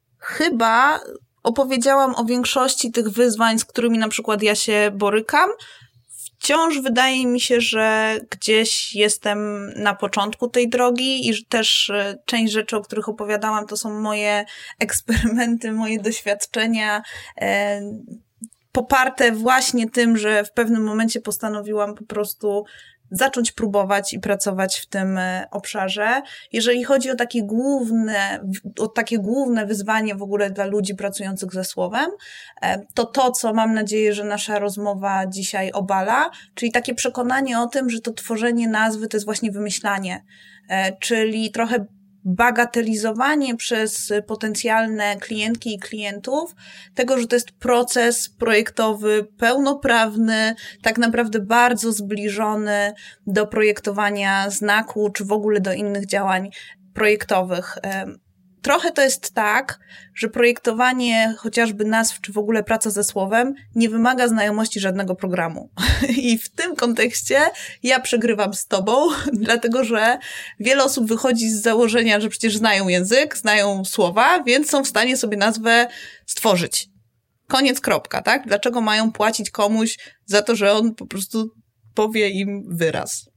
chyba opowiedziałam o większości tych wyzwań, z którymi na przykład ja się borykam. Wciąż wydaje mi się, że gdzieś jestem na początku tej drogi i że też część rzeczy, o których opowiadałam, to są moje eksperymenty, moje doświadczenia, e, poparte właśnie tym, że w pewnym momencie postanowiłam po prostu zacząć próbować i pracować w tym obszarze. Jeżeli chodzi o takie główne, o takie główne wyzwanie w ogóle dla ludzi pracujących ze słowem, to to, co mam nadzieję, że nasza rozmowa dzisiaj obala, czyli takie przekonanie o tym, że to tworzenie nazwy to jest właśnie wymyślanie, czyli trochę bagatelizowanie przez potencjalne klientki i klientów tego, że to jest proces projektowy pełnoprawny, tak naprawdę bardzo zbliżony do projektowania znaku, czy w ogóle do innych działań projektowych. Trochę to jest tak, że projektowanie chociażby nazw, czy w ogóle praca ze słowem nie wymaga znajomości żadnego programu. I w tym kontekście ja przegrywam z tobą, dlatego że wiele osób wychodzi z założenia, że przecież znają język, znają słowa, więc są w stanie sobie nazwę stworzyć. Koniec, kropka, tak? Dlaczego mają płacić komuś za to, że on po prostu powie im wyraz?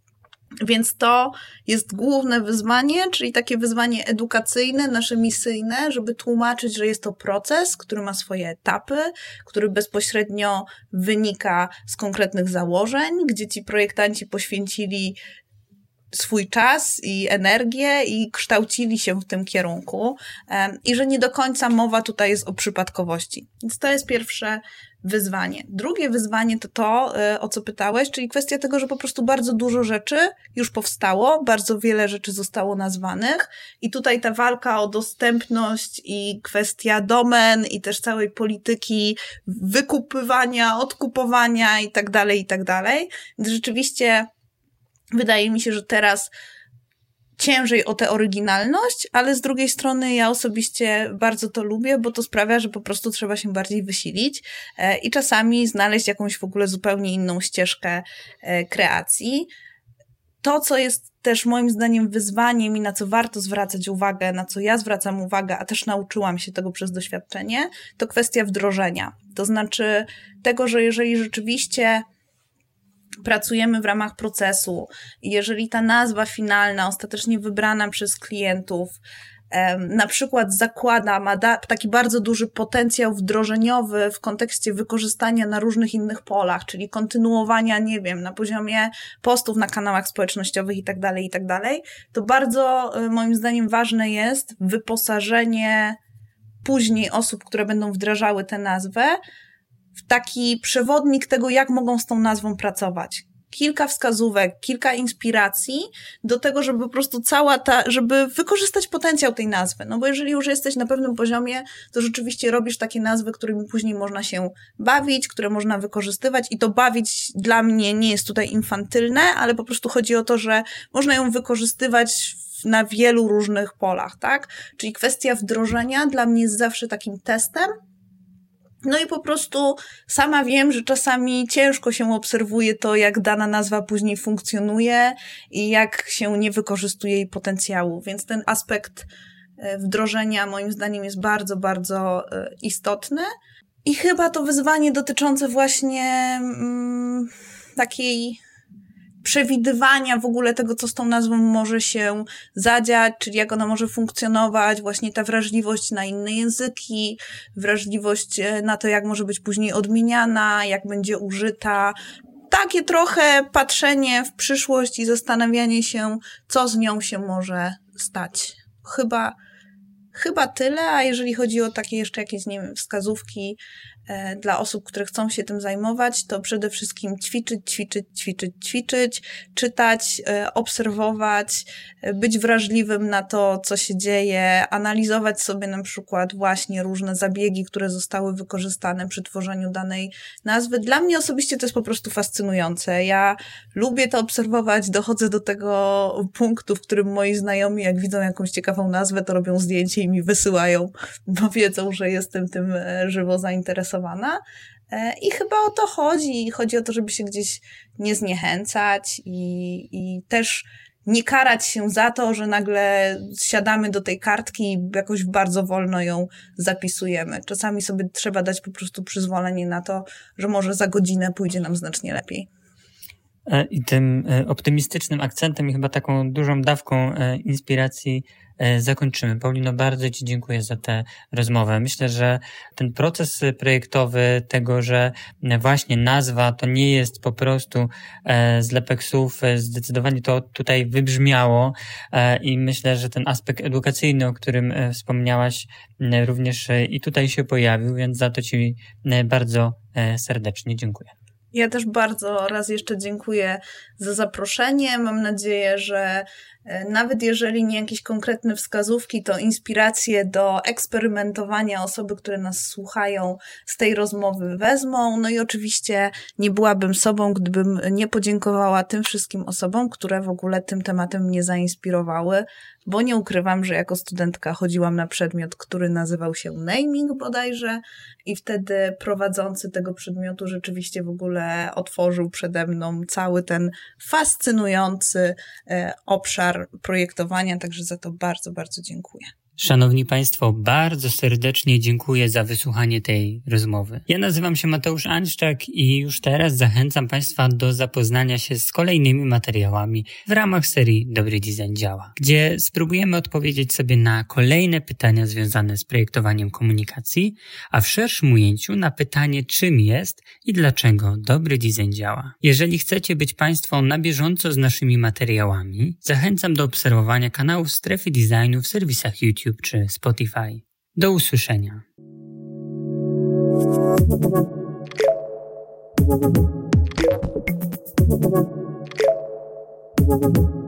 Więc to jest główne wyzwanie, czyli takie wyzwanie edukacyjne, nasze misyjne, żeby tłumaczyć, że jest to proces, który ma swoje etapy, który bezpośrednio wynika z konkretnych założeń, gdzie ci projektanci poświęcili swój czas i energię i kształcili się w tym kierunku i że nie do końca mowa tutaj jest o przypadkowości. Więc to jest pierwsze wyzwanie. Drugie wyzwanie to to, o co pytałeś, czyli kwestia tego, że po prostu bardzo dużo rzeczy już powstało, bardzo wiele rzeczy zostało nazwanych i tutaj ta walka o dostępność i kwestia domen i też całej polityki wykupywania, odkupowania i tak dalej, i tak dalej. Więc rzeczywiście wydaje mi się, że teraz ciężej o tę oryginalność, ale z drugiej strony ja osobiście bardzo to lubię, bo to sprawia, że po prostu trzeba się bardziej wysilić i czasami znaleźć jakąś w ogóle zupełnie inną ścieżkę kreacji. To, co jest też moim zdaniem wyzwaniem i na co warto zwracać uwagę, na co ja zwracam uwagę, a też nauczyłam się tego przez doświadczenie, to kwestia wdrożenia. To znaczy tego, że jeżeli rzeczywiście pracujemy w ramach procesu i jeżeli ta nazwa finalna, ostatecznie wybrana przez klientów, na przykład zakłada, ma da, taki bardzo duży potencjał wdrożeniowy w kontekście wykorzystania na różnych innych polach, czyli kontynuowania, nie wiem, na poziomie postów na kanałach społecznościowych i tak dalej, i tak dalej, to bardzo moim zdaniem ważne jest wyposażenie później osób, które będą wdrażały tę nazwę, w taki przewodnik tego, jak mogą z tą nazwą pracować. Kilka wskazówek, kilka inspiracji do tego, żeby po prostu cała ta, żeby wykorzystać potencjał tej nazwy. No bo jeżeli już jesteś na pewnym poziomie, to rzeczywiście robisz takie nazwy, którymi później można się bawić, które można wykorzystywać i to bawić dla mnie nie jest tutaj infantylne, ale po prostu chodzi o to, że można ją wykorzystywać na wielu różnych polach, tak? Czyli kwestia wdrożenia dla mnie jest zawsze takim testem. No i po prostu sama wiem, że czasami ciężko się obserwuje to, jak dana nazwa później funkcjonuje i jak się nie wykorzystuje jej potencjału. Więc ten aspekt wdrożenia moim zdaniem jest bardzo, bardzo istotny. I chyba to wyzwanie dotyczące właśnie mm, takiej przewidywania w ogóle tego, co z tą nazwą może się zadziać, czyli jak ona może funkcjonować, właśnie ta wrażliwość na inne języki, wrażliwość na to, jak może być później odmieniana, jak będzie użyta. Takie trochę patrzenie w przyszłość i zastanawianie się, co z nią się może stać. Chyba, chyba tyle, a jeżeli chodzi o takie jeszcze jakieś, nie wiem, wskazówki, dla osób, które chcą się tym zajmować, to przede wszystkim ćwiczyć, ćwiczyć, ćwiczyć, ćwiczyć, czytać, obserwować, być wrażliwym na to, co się dzieje, analizować sobie na przykład właśnie różne zabiegi, które zostały wykorzystane przy tworzeniu danej nazwy. Dla mnie osobiście to jest po prostu fascynujące. Ja lubię to obserwować, dochodzę do tego punktu, w którym moi znajomi, jak widzą jakąś ciekawą nazwę, to robią zdjęcie i mi wysyłają, bo wiedzą, że jestem tym żywo zainteresowana. I chyba o to chodzi. Chodzi o to, żeby się gdzieś nie zniechęcać i, i też nie karać się za to, że nagle siadamy do tej kartki i jakoś bardzo wolno ją zapisujemy. Czasami sobie trzeba dać po prostu przyzwolenie na to, że może za godzinę pójdzie nam znacznie lepiej. I tym optymistycznym akcentem i chyba taką dużą dawką inspiracji zakończymy. Paulino, bardzo Ci dziękuję za tę rozmowę. Myślę, że ten proces projektowy tego, że właśnie nazwa to nie jest po prostu zlepek słów, zdecydowanie to tutaj wybrzmiało i myślę, że ten aspekt edukacyjny, o którym wspomniałaś, również i tutaj się pojawił, więc za to Ci bardzo serdecznie dziękuję. Ja też bardzo raz jeszcze dziękuję za zaproszenie. Mam nadzieję, że nawet jeżeli nie jakieś konkretne wskazówki, to inspiracje do eksperymentowania osoby, które nas słuchają, z tej rozmowy wezmą. No i oczywiście nie byłabym sobą, gdybym nie podziękowała tym wszystkim osobom, które w ogóle tym tematem mnie zainspirowały, bo nie ukrywam, że jako studentka chodziłam na przedmiot, który nazywał się naming bodajże i wtedy prowadzący tego przedmiotu rzeczywiście w ogóle otworzył przede mną cały ten fascynujący obszar projektowania, także za to bardzo, bardzo dziękuję. Szanowni Państwo, bardzo serdecznie dziękuję za wysłuchanie tej rozmowy. Ja nazywam się Mateusz Anszczak i już teraz zachęcam Państwa do zapoznania się z kolejnymi materiałami w ramach serii Dobry Design Działa, gdzie spróbujemy odpowiedzieć sobie na kolejne pytania związane z projektowaniem komunikacji, a w szerszym ujęciu na pytanie, czym jest i dlaczego dobry design działa. Jeżeli chcecie być Państwo na bieżąco z naszymi materiałami, zachęcam do obserwowania kanałów Strefy Designu w serwisach YouTube czy Spotify. Do usłyszenia. Thank you.